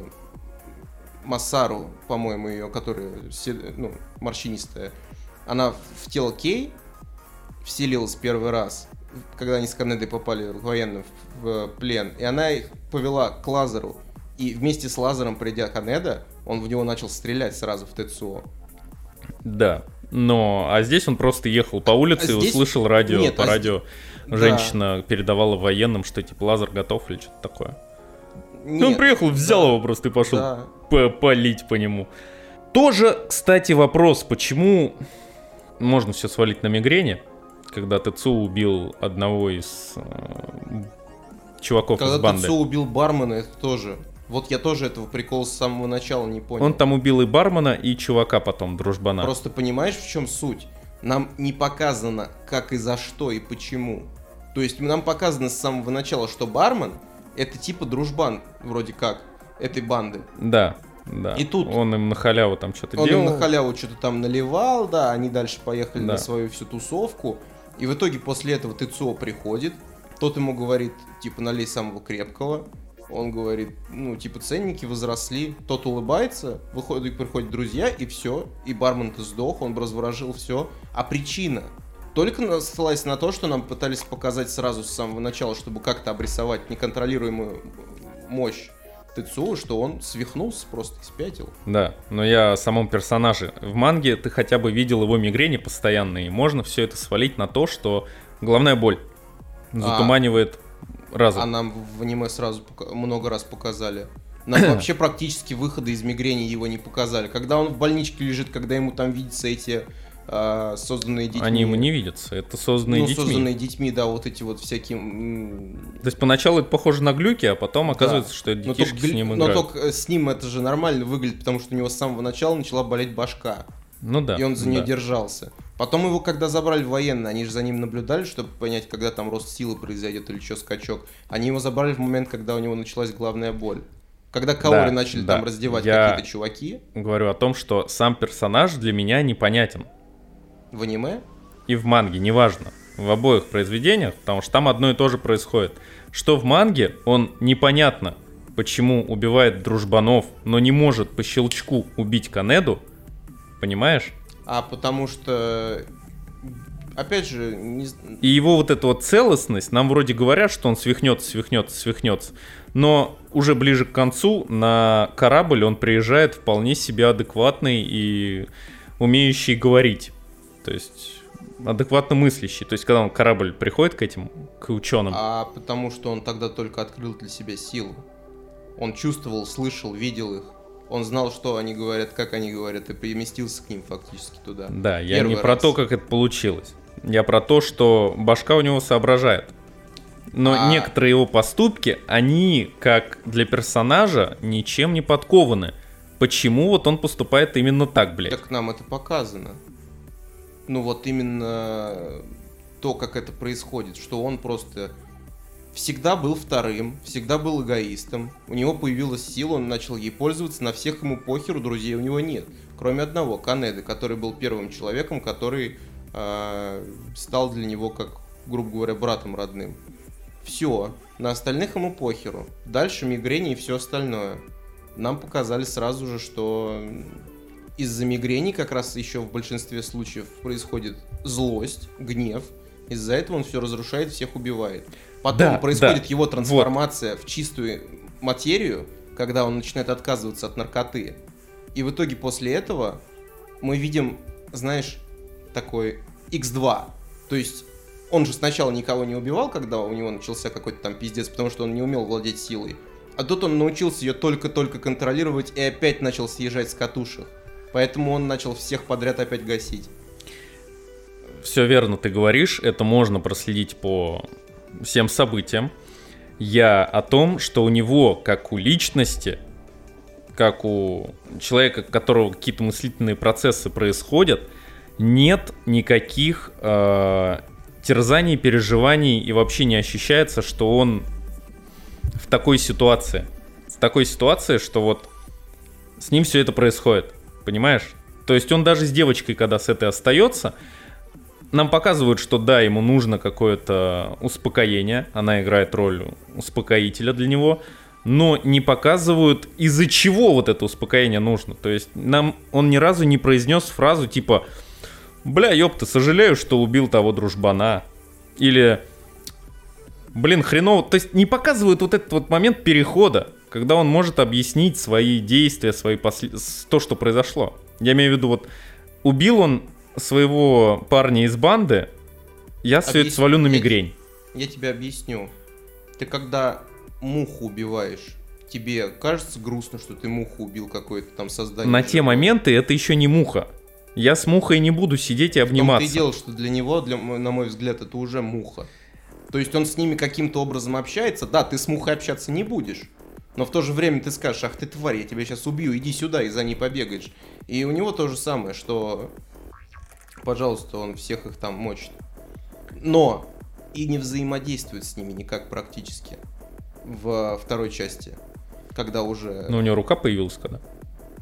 Масару, по-моему, ее, которая ну, морщинистая. Она в тело Кей вселилась первый раз, когда они с Канедой попали военным в плен. И она их повела к лазеру. И вместе с лазером, придя Канеда, он в него начал стрелять сразу в Тецуо. Да. Но, а здесь он просто ехал по улице А и здесь- услышал радио, Нет, по а радио. Да. Женщина передавала военным, что типа лазер готов или что-то такое. Нет, Ну, он приехал, взял да, его просто и пошел да. п- палить по нему. Тоже, кстати, вопрос, почему можно все свалить на мигрени, когда Тецуо убил одного из э, чуваков из Когда банды. Тецуо убил бармена, это тоже... Вот я тоже этого прикола с самого начала не понял. Он там убил и бармена, и чувака потом, дружбана. Просто понимаешь, в чем суть? Нам не показано, как и за что и почему. То есть нам показано с самого начала, что бармен — это типа дружбан, вроде как, этой банды. Да, да. И тут- он им на халяву там что-то Он делал. им на халяву что-то там наливал, да, они дальше поехали Да. на свою всю тусовку. И в итоге после этого Тецуо приходит, тот ему говорит, типа, налей самого крепкого. Он говорит, ну, типа, ценники возросли. Тот улыбается, выходит, приходят друзья, и все. И бармен-то сдох, он бы разворожил все. А причина? Только ссылаясь на то, что нам пытались показать сразу с самого начала, чтобы как-то обрисовать неконтролируемую мощь Тецуо, что он свихнулся, просто спятил. Да, но я о самом персонаже. В манге ты хотя бы видел его мигрени постоянные. Можно все это свалить на то, что головная боль затуманивает а, разум. А нам в аниме сразу много раз показали. Нам вообще практически выхода из мигрени его не показали. Когда он в больничке лежит, когда ему там видятся эти... созданные детьми. Они ему не видятся, это созданные ну, детьми. Ну, созданные детьми, да, вот эти вот всякие... То есть поначалу это похоже на глюки, а потом оказывается, да. что это детишки только, с ним но играют. Но только с ним это же нормально выглядит, потому что у него с самого начала начала болеть башка. Ну да. И он за да. нее держался. Потом его, когда забрали в военные, они же за ним наблюдали, чтобы понять, когда там рост силы произойдет или что, скачок. Они его забрали в момент, когда у него началась главная боль. Когда Каори да, начали да. там раздевать Я какие-то чуваки. Говорю о том, что сам персонаж для меня непонятен. В аниме? И в манге, неважно. В обоих произведениях, потому что там одно и то же происходит. Что в манге, он непонятно, почему убивает дружбанов, но не может по щелчку убить Канеду. Понимаешь? А потому что... Опять же... Не... И его вот эта вот целостность, нам вроде говорят, что он свихнется, свихнется, свихнется. Но уже ближе к концу на корабль он приезжает вполне себе адекватный и умеющий говорить. То есть адекватно мыслящий. То есть когда он корабль приходит к этим, к ученым. А потому что он тогда только открыл для себя силу. Он чувствовал, слышал, видел их. Он знал, что они говорят, как они говорят, и переместился к ним фактически туда. Да, я не про то, как это получилось. Я про то, что башка у него соображает. Но а... некоторые его поступки, они, как для персонажа, ничем не подкованы. Почему вот он поступает именно так, блядь? Так нам это показано. Ну вот именно то, как это происходит, что он просто всегда был вторым, всегда был эгоистом, у него появилась сила, он начал ей пользоваться, на всех ему похеру, друзей у него нет. Кроме одного, Канеды, который был первым человеком, который э, стал для него, как, грубо говоря, братом родным. Все, на остальных ему похеру. Дальше мигрени и все остальное. Нам показали сразу же, что... Из-за мигрени как раз еще в большинстве случаев происходит злость, гнев. Из-за этого он все разрушает, всех убивает. Потом да, происходит да. его трансформация вот. в чистую материю, когда он начинает отказываться от наркоты. И в итоге после этого мы видим, знаешь, такой икс два. То есть он же сначала никого не убивал, когда у него начался какой-то там пиздец, потому что он не умел владеть силой. А тут он научился ее только-только контролировать и опять начал съезжать с катушек. Поэтому он начал всех подряд опять гасить. Все верно ты говоришь, это можно проследить по всем событиям. Я о том, что у него, как у личности, как у человека, у которого какие-то мыслительные процессы происходят, нет никаких э, терзаний, переживаний, и вообще не ощущается, что он в такой ситуации. В такой ситуации, что вот с ним все это происходит. Понимаешь? То есть он даже с девочкой, когда с этой остается, нам показывают, что да, ему нужно какое-то успокоение, она играет роль успокоителя для него, но не показывают, из-за чего вот это успокоение нужно. То есть нам он ни разу не произнес фразу типа «Бля, ёпта, сожалею, что убил того дружбана». Или «Блин, хреново». То есть не показывают вот этот вот момент перехода, когда он может объяснить свои действия, свои после... то, что произошло. Я имею в виду, вот убил он своего парня из банды, я все это свалю на мигрень. Я, я тебе объясню. Ты когда муху убиваешь, тебе кажется грустно, что ты муху убил, какое-то там создание? На те моменты это еще не муха. Я с мухой не буду сидеть и обниматься. В том-то и дело, что для него, для, на мой взгляд, это уже муха. То есть он с ними каким-то образом общается. Да, ты с мухой общаться не будешь. Но в то же время ты скажешь: ах ты тварь, я тебя сейчас убью, иди сюда, и за ней побегаешь. И у него то же самое, что, пожалуйста, он всех их там мочит. Но и не взаимодействует с ними никак практически в второй части, когда уже... Ну, у него рука появилась когда?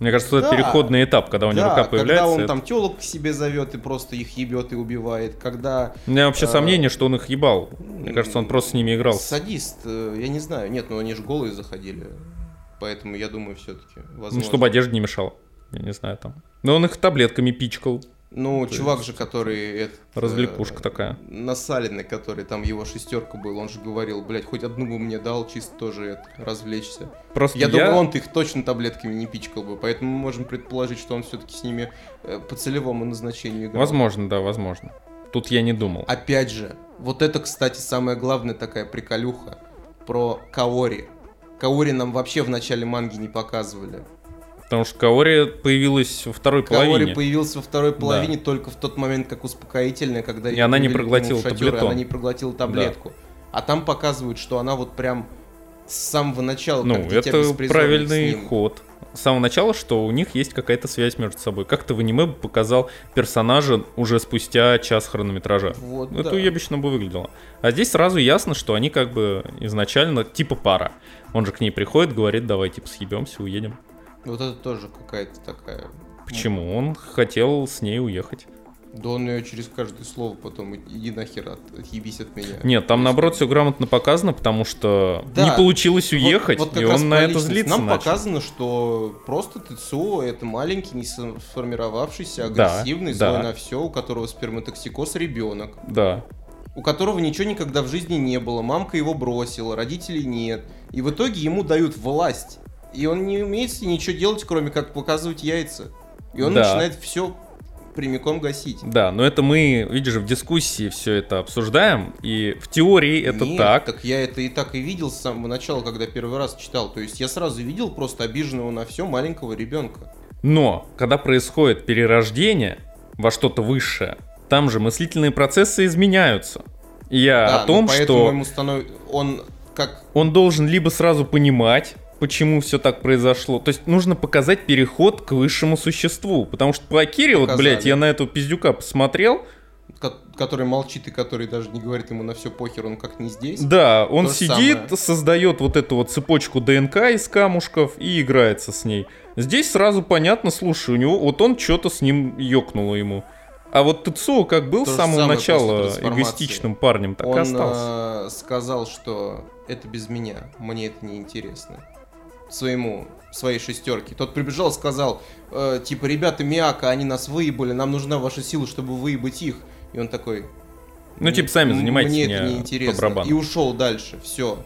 Мне кажется, Да. это переходный этап, когда у него Да, рука появляется. когда он это- там телок к себе зовет и просто их ебет и убивает, когда... У меня вообще э, сомнение, что он их ебал. Мне кажется, он просто с ними играл. Садист, э, я не знаю. Нет, ну они же голые заходили. Поэтому я думаю, все-таки возможно. Ну, чтобы одежда не мешала. Я не знаю там. Но он их таблетками пичкал. Ну, То чувак есть же, который... этот, развлекушка э, такая. Насаленный, который там его шестерка был, он же говорил, блядь, хоть одну бы мне дал, чисто тоже это, развлечься. Просто Я, я... думаю, он-то их точно таблетками не пичкал бы, поэтому мы можем предположить, что он все-таки с ними э, по целевому назначению играл. Возможно, да, возможно. Тут я не думал. Опять же, вот это, кстати, самая главная такая приколюха про Каори. Каори нам вообще в начале манги не показывали. Потому что Каори появилась во второй Каори половине. появился во второй половине только в тот момент, как успокоительная, когда И её она не привели к проглотила нему в шатёр, и таблетон. она не проглотила таблетку. А там показывают, что она вот прям с самого начала, Ну, как дитя это беспризорник правильный с ним. ход. С самого начала, что у них есть какая-то связь между собой. Как-то в аниме бы показал персонажа уже спустя час хронометража. Вот, Это да. уебищно бы выглядело. А здесь сразу ясно, что они как бы изначально типа пара. Он же к ней приходит, говорит, давай типа съебемся, уедем. Вот это тоже какая-то такая... Почему? Он хотел с ней уехать. Да он ее через каждое слово потом иди нахер, от, отъебись от меня. Нет, там наоборот все грамотно показано, потому что Да. не получилось Вот- уехать, вот как и раз он про на это личность. злиться Нам начал. показано, что просто Тецуо это маленький, не сформировавшийся, агрессивный, Да, злой да. на все, у которого сперматоксикоз ребенок, Да. у которого ничего никогда в жизни не было, мамка его бросила, родителей нет, и в итоге ему дают власть, и он не умеет с ней ничего делать, кроме как показывать яйца, и он Да. начинает все прямиком гасить. Да, но это мы, видишь, в дискуссии все это обсуждаем, и в теории это Нет, так. так я это и так и видел с самого начала, когда первый раз читал. То есть я сразу видел просто обиженного на все маленького ребенка. Но, когда происходит перерождение во что-то высшее, там же мыслительные процессы изменяются. И я Да, о том, но поэтому что ему становится... Он как... он должен либо сразу понимать, почему все так произошло. То есть нужно показать переход к высшему существу. Потому что по Акире, вот, Показали. блядь, я на эту пиздюка посмотрел. ко- который молчит и который даже не говорит ему на все похер, он как не здесь. Да, он То же сидит, самое. создает вот эту вот цепочку ДНК из камушков и играется с ней. Здесь сразу понятно, слушай, у него вот он что-то с ним ёкнуло ему. А вот Тецуо как был То с же самого самое начала после трансформации. эгоистичным парнем, так и Он остался. э, сказал, что это без меня, мне это не интересно. Своему, своей шестерке. Тот прибежал, сказал, э, типа, ребята, Миака, они нас выебали, нам нужна ваша сила, чтобы выебать их. И он такой... Ну, типа, сами «М- занимайтесь, Мне мне это не по интересно. барабану». И ушел дальше, все.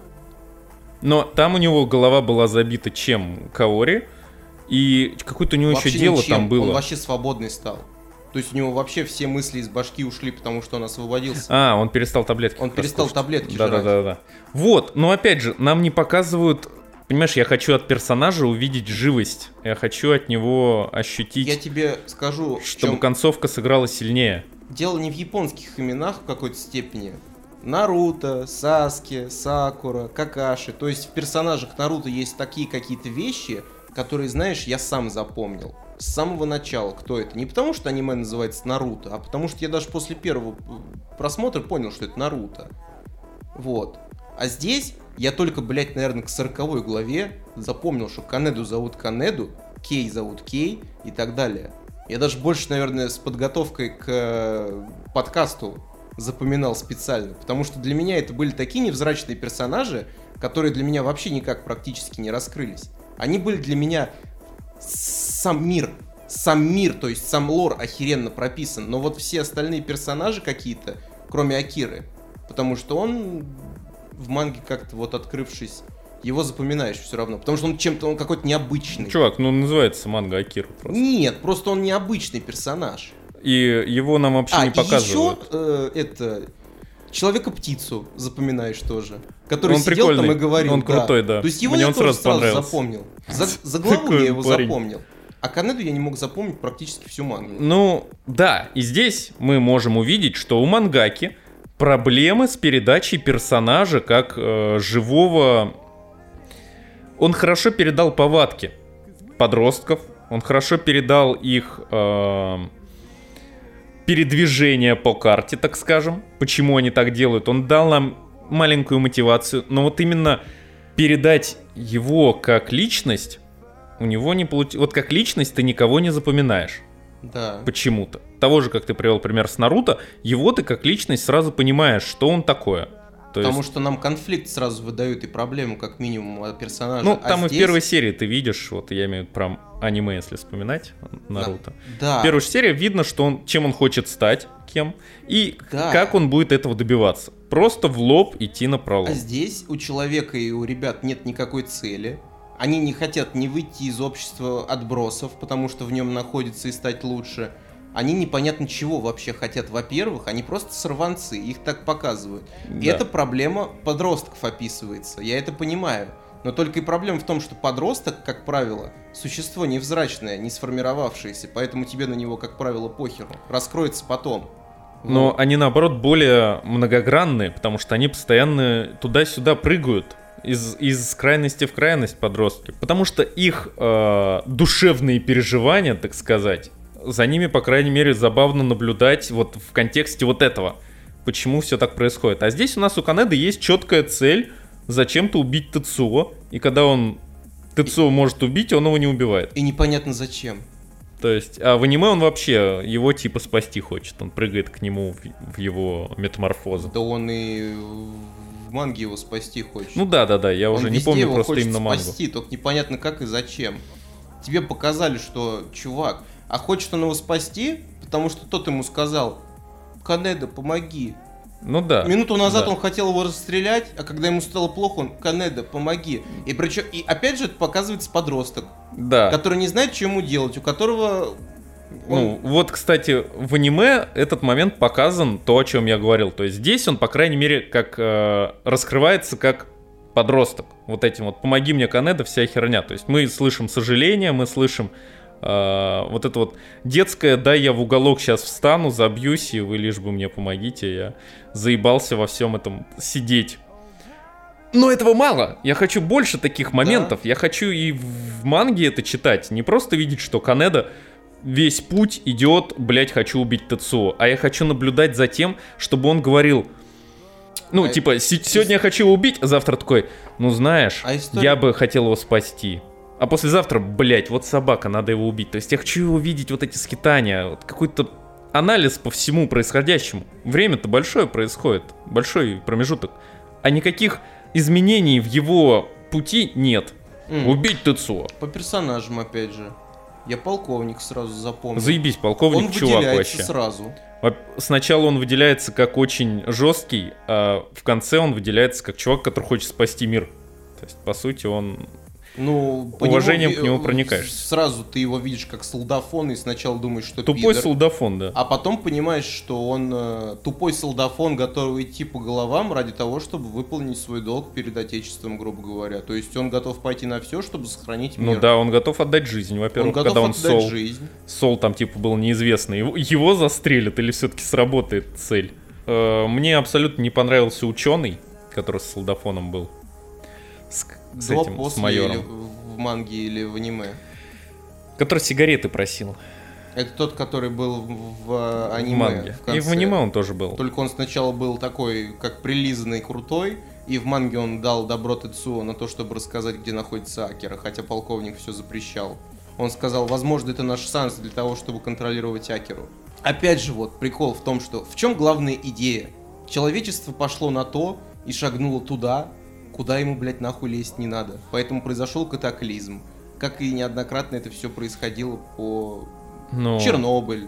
Но там у него голова была забита чем? Каори. И какое-то у него еще дело ничем. там было. Он вообще свободный стал. То есть у него вообще все мысли из башки ушли, потому что он освободился. А, он перестал таблетки. Он как раз перестал кушать. таблетки да, жрать. Да, да, да. Вот, но опять же, нам не показывают... Понимаешь, я хочу от персонажа увидеть живость. Я хочу от него ощутить, Я тебе скажу, в чтобы чем концовка сыграла сильнее. дело не в японских именах в какой-то степени. Наруто, Саски, Сакура, Какаши. То есть в персонажах Наруто есть такие какие-то вещи, которые, знаешь, я сам запомнил. С самого начала, кто это. Не потому, что аниме называется Наруто, а потому что я даже после первого просмотра понял, что это Наруто. Вот. А здесь я только, блядь, наверное, к сороковой главе запомнил, что Канеду зовут Канеду, Кей зовут Кей и так далее. Я даже больше, наверное, с подготовкой к э, подкасту запоминал специально, потому что для меня это были такие невзрачные персонажи, которые для меня вообще никак практически не раскрылись. Они были для меня сам мир, сам мир, то есть сам лор охеренно прописан, но вот все остальные персонажи какие-то, кроме Акиры, потому что он в манге как-то вот открывшись, его запоминаешь все равно, потому что он чем-то, он какой-то необычный. Чувак, ну называется манга Акира просто. Нет, просто он необычный персонаж. И его нам вообще А, не и еще показывают. э, это Человека-птицу запоминаешь тоже, который Он сидел там прикольный, и говорил. он крутой, да. То есть его Мне я он тоже сразу сразу понравился. запомнил. За, за главу Такой я его парень. запомнил. А Канеду я не мог запомнить практически всю мангу. Ну, да, и здесь мы можем увидеть, что у мангаки проблемы с передачей персонажа как э, живого... Он хорошо передал повадки подростков, он хорошо передал их э, передвижение по карте, так скажем, почему они так делают. Он дал нам маленькую мотивацию, но вот именно передать его как личность у него не получилось... Вот как личность ты никого не запоминаешь. Да. Почему-то. Того же, как ты привел пример с Наруто, его ты как личность сразу понимаешь, что он такое. То Потому есть... что нам конфликт сразу выдают и проблему, как минимум, от персонажа. Ну, а там здесь... и в первой серии ты видишь, вот я имею в виду про аниме, если вспоминать, Наруто. Да. В первой серии видно, что он, чем он хочет стать, кем, и да. как он будет этого добиваться. Просто в лоб идти на пролом. А здесь у человека и у ребят нет никакой цели. Они не хотят не выйти из общества отбросов, потому что в нем находится и стать лучше. Они непонятно чего вообще хотят. Во-первых, они просто сорванцы, их так показывают. Да. И эта проблема подростков описывается, я это понимаю. Но только и проблема в том, что подросток, как правило, существо невзрачное, не сформировавшееся, поэтому тебе на него, как правило, похеру. Раскроется потом. Но вот. Они, наоборот, более многогранные, потому что они постоянно туда-сюда прыгают. Из, из крайности в крайность подростки. Потому что их э, душевные переживания, так сказать, за ними, по крайней мере, забавно наблюдать вот в контексте вот этого. Почему все так происходит. А здесь у нас у Канеды есть четкая цель зачем-то убить Тецуо. И когда он Тецуо и... может убить, он его не убивает. И непонятно зачем. То есть, а в аниме он вообще его типа спасти хочет. Он прыгает к нему в, в его метаморфозу. Да он и... в манге его спасти хочет. Ну да, да, да, я он уже не помню его просто хочет именно мангу. Спасти, только непонятно как и зачем. Тебе показали, что чувак, а хочет он его спасти, потому что тот ему сказал: Канеда, помоги. Ну да. Минуту назад да. он хотел его расстрелять, а когда ему стало плохо, он: Канеда, помоги. И причем, и опять же это показывается подросток, да. который не знает, что ему делать, у которого... Он... Ну, вот, кстати, в аниме этот момент показан, то, о чем я говорил. То есть здесь он, по крайней мере, как э, раскрывается как подросток. Вот этим вот «помоги мне, Канеда», вся херня. То есть мы слышим сожаление, мы слышим э, вот это вот детское: да, я в уголок сейчас встану, забьюсь, и вы лишь бы мне помогите. Я заебался во всем этом сидеть. Но этого мало. Я хочу больше таких моментов. Да. Я хочу и в манге это читать. Не просто видеть, что Канеда... весь путь идет, блять, хочу убить Тецуо. А я хочу наблюдать за тем, чтобы он говорил: ну, а типа, с- сегодня я хочу его убить, а завтра такой: ну, знаешь, а история... я бы хотел его спасти. А послезавтра, блять, вот собака, надо его убить. То есть я хочу его видеть, вот эти скитания, вот какой-то анализ по всему происходящему. Время-то большое происходит, большой промежуток. А никаких изменений в его пути нет. Mm. Убить Тецуо. По персонажам, опять же. Я полковник сразу запомнил. Заебись, полковник, он чувак вообще. Он выделяется сразу. Сначала он выделяется как очень жесткий, а в конце он выделяется как чувак, который хочет спасти мир. То есть, по сути, он... Ну, уважением нему, к нему проникаешься. Сразу ты его видишь как солдафон и сначала думаешь, что тупой пидор. солдафон, да. А потом понимаешь, что он э, тупой солдафон, готовый идти по головам ради того, чтобы выполнить свой долг перед отечеством, грубо говоря. То есть он готов пойти на все, чтобы сохранить мир. Ну да, он готов отдать жизнь, во-первых, он когда он готов отдать Сол. жизнь. Сол там типа был неизвестный. Его, его застрелят или все-таки сработает цель? Э, мне абсолютно не понравился ученый, который с солдафоном был. С, с До, этим, после, с майором. или в манге или в аниме? Который сигареты просил. Это тот, который был в, в аниме. В манге. В конце. И в аниме он тоже был. Только он сначала был такой, как прилизанный, крутой, и в манге он дал добро Тецуо на то, чтобы рассказать, где находится Акера, хотя полковник все запрещал. Он сказал: возможно, это наш шанс для того, чтобы контролировать Акеру. Опять же, вот прикол в том, что в чем главная идея? Человечество пошло на то и шагнуло туда, куда ему, блядь, нахуй лезть не надо. Поэтому произошел катаклизм. Как и неоднократно это все происходило по но... Чернобыль.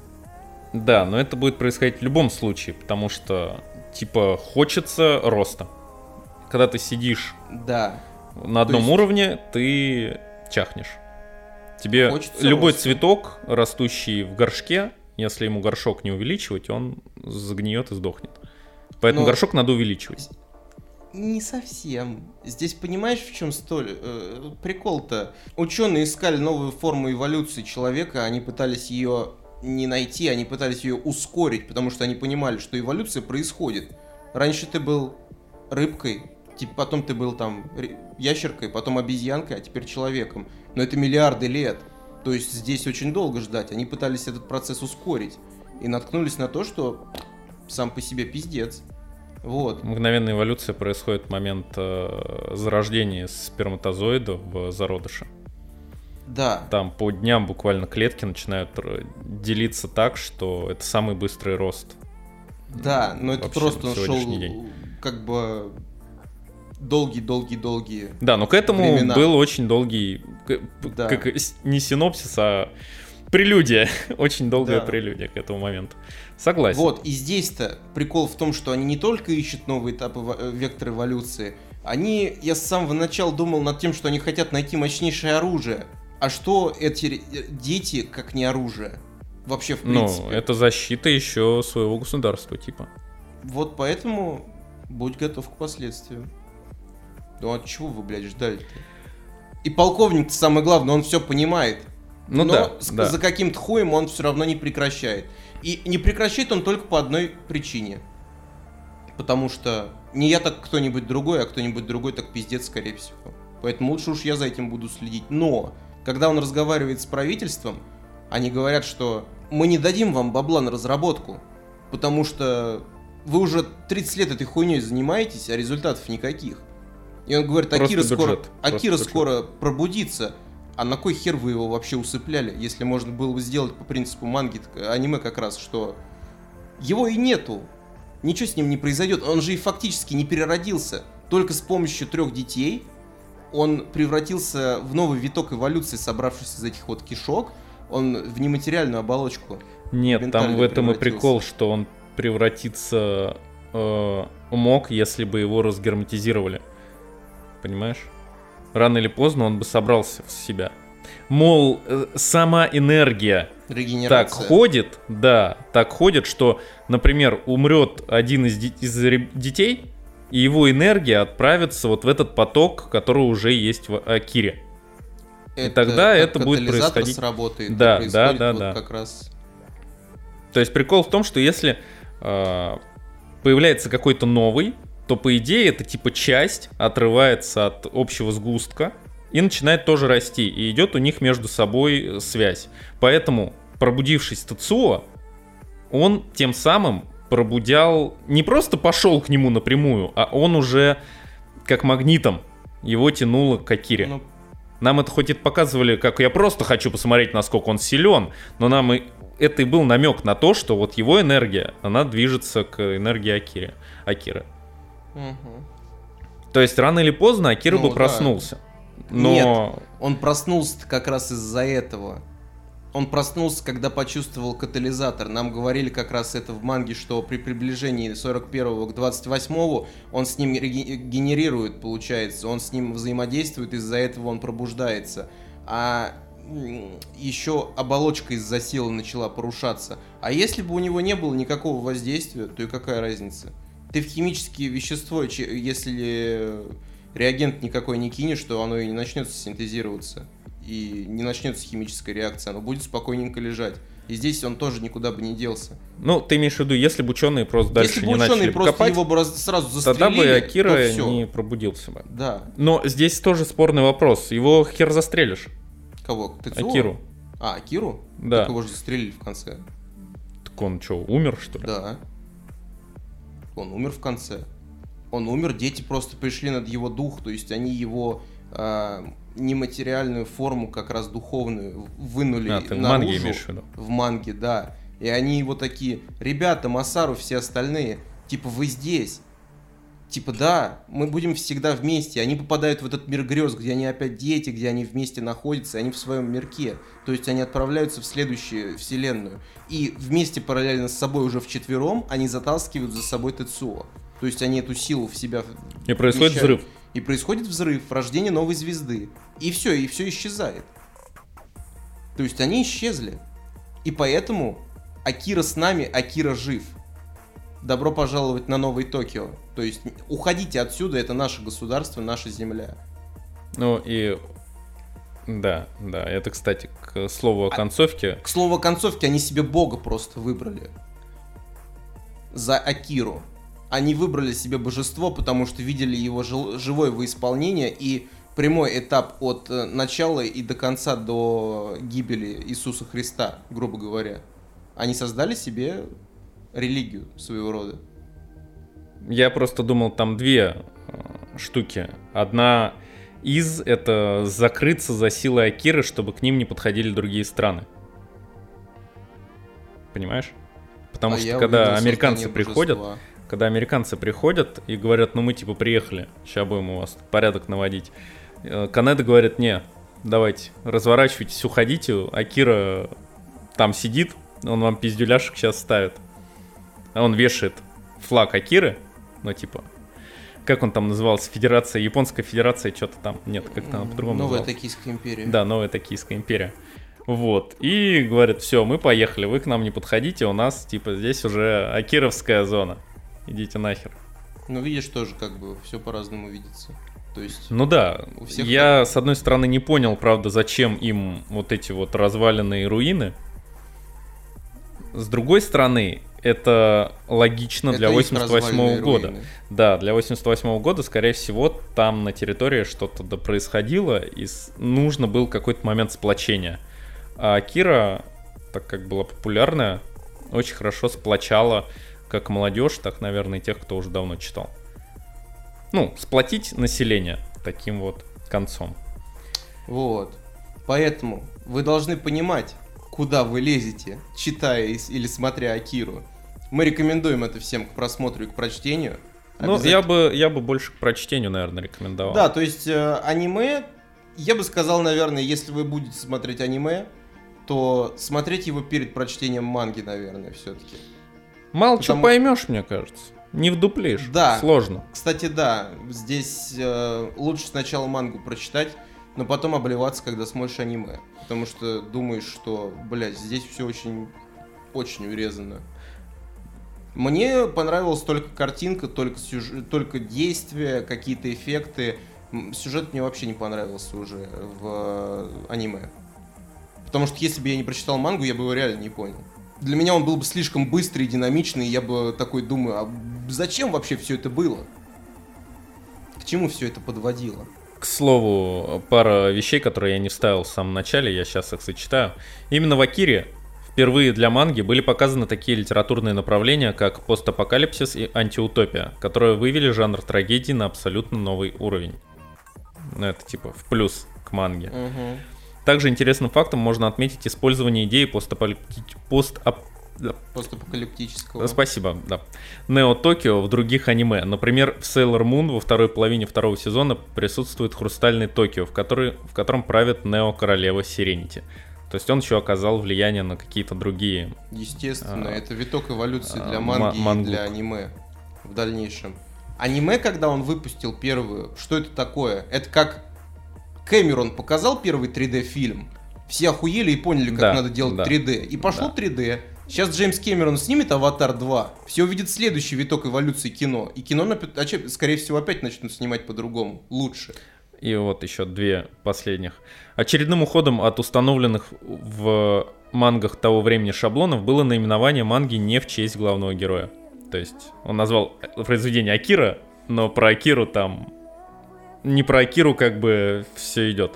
Да, но это будет происходить в любом случае, потому что, типа, хочется роста. Когда ты сидишь да. на одном есть... уровне, ты чахнешь. Тебе хочется любой роста. Цветок, растущий в горшке, если ему горшок не увеличивать, он загниет и сдохнет. Поэтому но... горшок надо увеличивать. Не совсем. Здесь понимаешь, в чем столь э, прикол-то? Ученые искали новую форму эволюции человека, они пытались ее не найти, они пытались ее ускорить, потому что они понимали, что эволюция происходит. Раньше ты был рыбкой, типа потом ты был там ящеркой, потом обезьянкой, а теперь человеком. Но это миллиарды лет. То есть здесь очень долго ждать. Они пытались этот процесс ускорить и наткнулись на то, что сам по себе пиздец. Вот. Мгновенная эволюция происходит в момент э, зарождения сперматозоида в зародыше. Да. Там по дням буквально клетки начинают делиться так, что это самый быстрый рост. Да, но этот рост, он шел день. как бы долгий-долгий-долгий. Да, но к этому времена. был очень долгий, Да. как не синопсис, а прелюдия. Очень долгая Да. прелюдия к этому моменту. Согласен. Вот, и здесь-то прикол в том, что они не только ищут новые этапы, вектор эволюции, они, я с самого начала думал над тем, что они хотят найти мощнейшее оружие. А что эти дети, как не оружие? Вообще, в принципе. Ну, это защита еще своего государства, типа. Вот поэтому будь готов к последствиям. Ну а чего вы, блядь, ждали-то? И полковник-то самое главное, он все понимает. Ну но да, с- да. за каким-то хуем он все равно не прекращает. И не прекращает он только по одной причине. Потому что не я так кто-нибудь другой, а кто-нибудь другой так пиздец, скорее всего. Поэтому лучше уж я за этим буду следить. Но, когда он разговаривает с правительством, они говорят, что мы не дадим вам бабла на разработку, потому что вы уже тридцать лет этой хуйней занимаетесь, а результатов никаких. И он говорит, Просто Акира скоро, бюджет, просто Акира бюджет. скоро пробудится. А на кой хер вы его вообще усыпляли, если можно было бы сделать по принципу манги, так, аниме как раз, что его и нету. Ничего с ним не произойдет. Он же и фактически не переродился. Только с помощью трех детей он превратился в новый виток эволюции, собравшись из этих вот кишок. Он в нематериальную оболочку. Нет, там ментально в этом и превратился. прикол, что он превратиться э, мог, если бы его разгерметизировали. Понимаешь? Рано или поздно он бы собрался в себя. Мол, э, сама энергия так Регенерация. ходит, да, так ходит, что, например, умрет один из, де- из ре- детей, и его энергия отправится вот в этот поток, который уже есть в Акире. Это тогда как это будет катализатор происходить. сработает. Да, и происходит да, да, вот да. как раз. То есть прикол в том, что если э, появляется какой-то новый, то по идее это типа часть отрывается от общего сгустка и начинает тоже расти. И идет у них между собой связь. Поэтому, пробудившись Тецуо, он тем самым пробудял, не просто пошел к нему напрямую, а он уже как магнитом его тянуло к Акире. Ну, Нам это хоть и показывали, как я просто хочу посмотреть, насколько он силен, но нам и это и был намек на то, что вот его энергия, она движется к энергии Акири, Акиры. мгм. То есть рано или поздно Акира Ну, бы да. проснулся. Но Нет. Он проснулся как раз из-за этого. Он проснулся, когда почувствовал катализатор. Нам говорили как раз это в манге, что при приближении сорок первого к двадцать восьмому он с ним реге- генерирует, получается. Он с ним взаимодействует, из-за этого он пробуждается. А м, еще оболочка из-за силы начала порушаться. А если бы у него не было никакого воздействия, то и какая разница? Ты в химические вещества, че- если реагент никакой не кинешь, то оно и не начнет синтезироваться. И не начнется химическая реакция, оно будет спокойненько лежать. И здесь он тоже никуда бы не делся. ну, ты имеешь в виду, если бы ученые просто дальше Если бы не ученые начали просто копать, его бы раз- сразу застрелили, тогда бы Акира то всё. не пробудился бы. Да. Но здесь тоже спорный вопрос. Его хер застрелишь, Кого? Тецуо? Акиру. А, Акиру? Да. Так его же застрелили в конце. Так он что, умер, что ли? Да. Он умер в конце. Он умер, дети просто пришли над его дух, то есть они его а, нематериальную форму, как раз духовную, вынули А, ты в наружу. манге имеешь в виду? В манге, да. И они его такие, ребята, Масару, все остальные, типа, вы здесь. Типа, да, мы будем всегда вместе. Они попадают в этот мир грез, где они опять дети, где они вместе находятся, они в своем мирке. То есть они отправляются в следующую вселенную. И вместе параллельно с собой уже вчетвером они затаскивают за собой Тецуо. То есть они эту силу в себя И происходит вмещают. взрыв. И происходит взрыв, рождение новой звезды. И все, и все исчезает. То есть они исчезли. И поэтому Акира с нами, Акира жив. Добро пожаловать на новый Токио. То есть уходите отсюда, это наше государство, наша земля. Ну и... Да, да, это, кстати, к слову о концовке. К слову о концовке, они себе бога просто выбрали. За Акиру. Они выбрали себе божество, потому что видели его жил- живое исполнение и прямой этап от э, начала и до конца, до гибели Иисуса Христа, грубо говоря. Они создали себе религию своего рода. Я просто думал, там две э, штуки. Одна Из — это закрыться за силой Акиры, чтобы к ним не подходили другие страны. Понимаешь? Потому А что я когда увидел американцы создание приходят, божества. когда американцы приходят и говорят, ну мы типа приехали, сейчас будем у вас порядок наводить. э, Канеда говорит, не, давайте, разворачивайтесь, уходите. Акира там сидит, он вам пиздюляшек сейчас ставит. А он вешает флаг Акиры, ну типа, как он там назывался, Федерация, Японская Федерация, что-то там, нет, как там по-другому Новая называлось. Токийская империя. Да, Новая Токийская империя. Вот, и говорят, все, мы поехали, вы к нам не подходите, у нас, типа, здесь уже акировская зона. Идите нахер. Ну, видишь, тоже как бы все по-разному видится. То есть... Ну да, У всех я, так. с одной стороны, не понял, правда, зачем им вот эти вот разваленные руины. С другой стороны, это логично Это для их восемьдесят восьмого разваленные года. руины. Да, для восемьдесят восьмого года, скорее всего, там на территории что-то да происходило, и с- нужно был какой-то момент сплочения. А Акира, так как была популярная, очень хорошо сплочала как молодежь, так, наверное, и тех, кто уже давно читал. Ну, сплотить население таким вот концом. Вот. Поэтому вы должны понимать, куда вы лезете, читая ис- или смотря Акиру. Мы рекомендуем это всем к просмотру и к прочтению. Ну, Обязательно. я бы, я бы больше к прочтению, наверное, рекомендовал. Да, то есть э, аниме, я бы сказал, наверное, если вы будете смотреть аниме, то смотреть его перед прочтением манги, наверное, все-таки. Мало что Потому- поймешь, мне кажется. Не вдуплишь. Да. Сложно. Кстати, да, здесь э, лучше сначала мангу прочитать, но потом обливаться, когда смотришь аниме. Потому что думаешь, что, блядь, здесь все очень, очень урезано. Мне понравилась только картинка, только, сюжет, только действия, какие-то эффекты. М, Сюжет мне вообще не понравился уже в э, аниме. Потому что если бы я не прочитал мангу, я бы его реально не понял. Для меня он был бы слишком быстрый и динамичный, и я бы такой думаю, а зачем вообще все это было? К чему все это подводило? К слову, пара вещей, которые я не вставил в самом начале, я сейчас их сочетаю. Именно в Акире впервые для манги были показаны такие литературные направления, как постапокалипсис и антиутопия, которые вывели жанр трагедии на абсолютно новый уровень. Ну, это типа в плюс к манге. Угу. Также интересным фактом можно отметить использование идеи постапокалипти- постап... Постапокалиптического. Да, Спасибо, да. Нео Токио в других аниме. Например, в Sailor Moon во второй половине второго сезона присутствует хрустальный Токио, в, который, в котором правит Нео Королева Сиренити. То есть он еще оказал влияние на какие-то другие. Естественно, А, это виток эволюции а, для ма- манги и мангук. для аниме в дальнейшем. Аниме, когда он выпустил первую, что это такое? Это как Кэмерон показал первый три дэ фильм, все охуели и поняли, как Да, надо делать да. три дэ. И пошло Да. три дэ. Сейчас Джеймс Кэмерон снимет «Аватар два», все увидят следующий виток эволюции кино. И кино, напи- а че- скорее всего, опять начнут снимать по-другому, лучше. И вот еще две последних. Очередным уходом от установленных в мангах того времени шаблонов было наименование манги не в честь главного героя. То есть он назвал произведение Акира, но про Акиру там... Не про Акиру как бы все идет.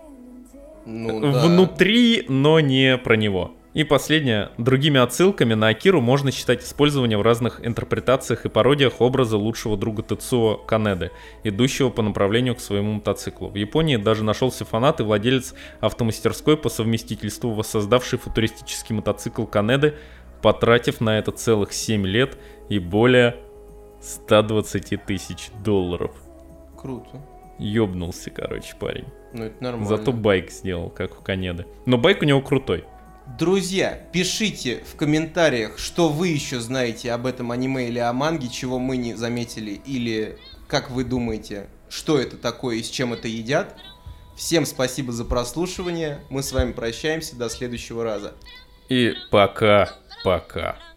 Ну, да. Внутри, но не про него. И последнее. Другими отсылками на Акиру можно считать использование в разных интерпретациях и пародиях образа лучшего друга Тецуо Канеды, идущего по направлению к своему мотоциклу. В Японии даже нашелся фанат и владелец автомастерской по совместительству, воссоздавший футуристический мотоцикл Канеды, потратив на это целых семь лет и более сто двадцать тысяч долларов. Круто. Ёбнулся, короче, парень. Ну, это нормально. Зато байк сделал, как у Канеды. Но байк у него крутой. Друзья, пишите в комментариях, что вы еще знаете об этом аниме или о манге, чего мы не заметили, или как вы думаете, что это такое и с чем это едят. Всем спасибо за прослушивание, мы с вами прощаемся, до следующего раза. И пока-пока.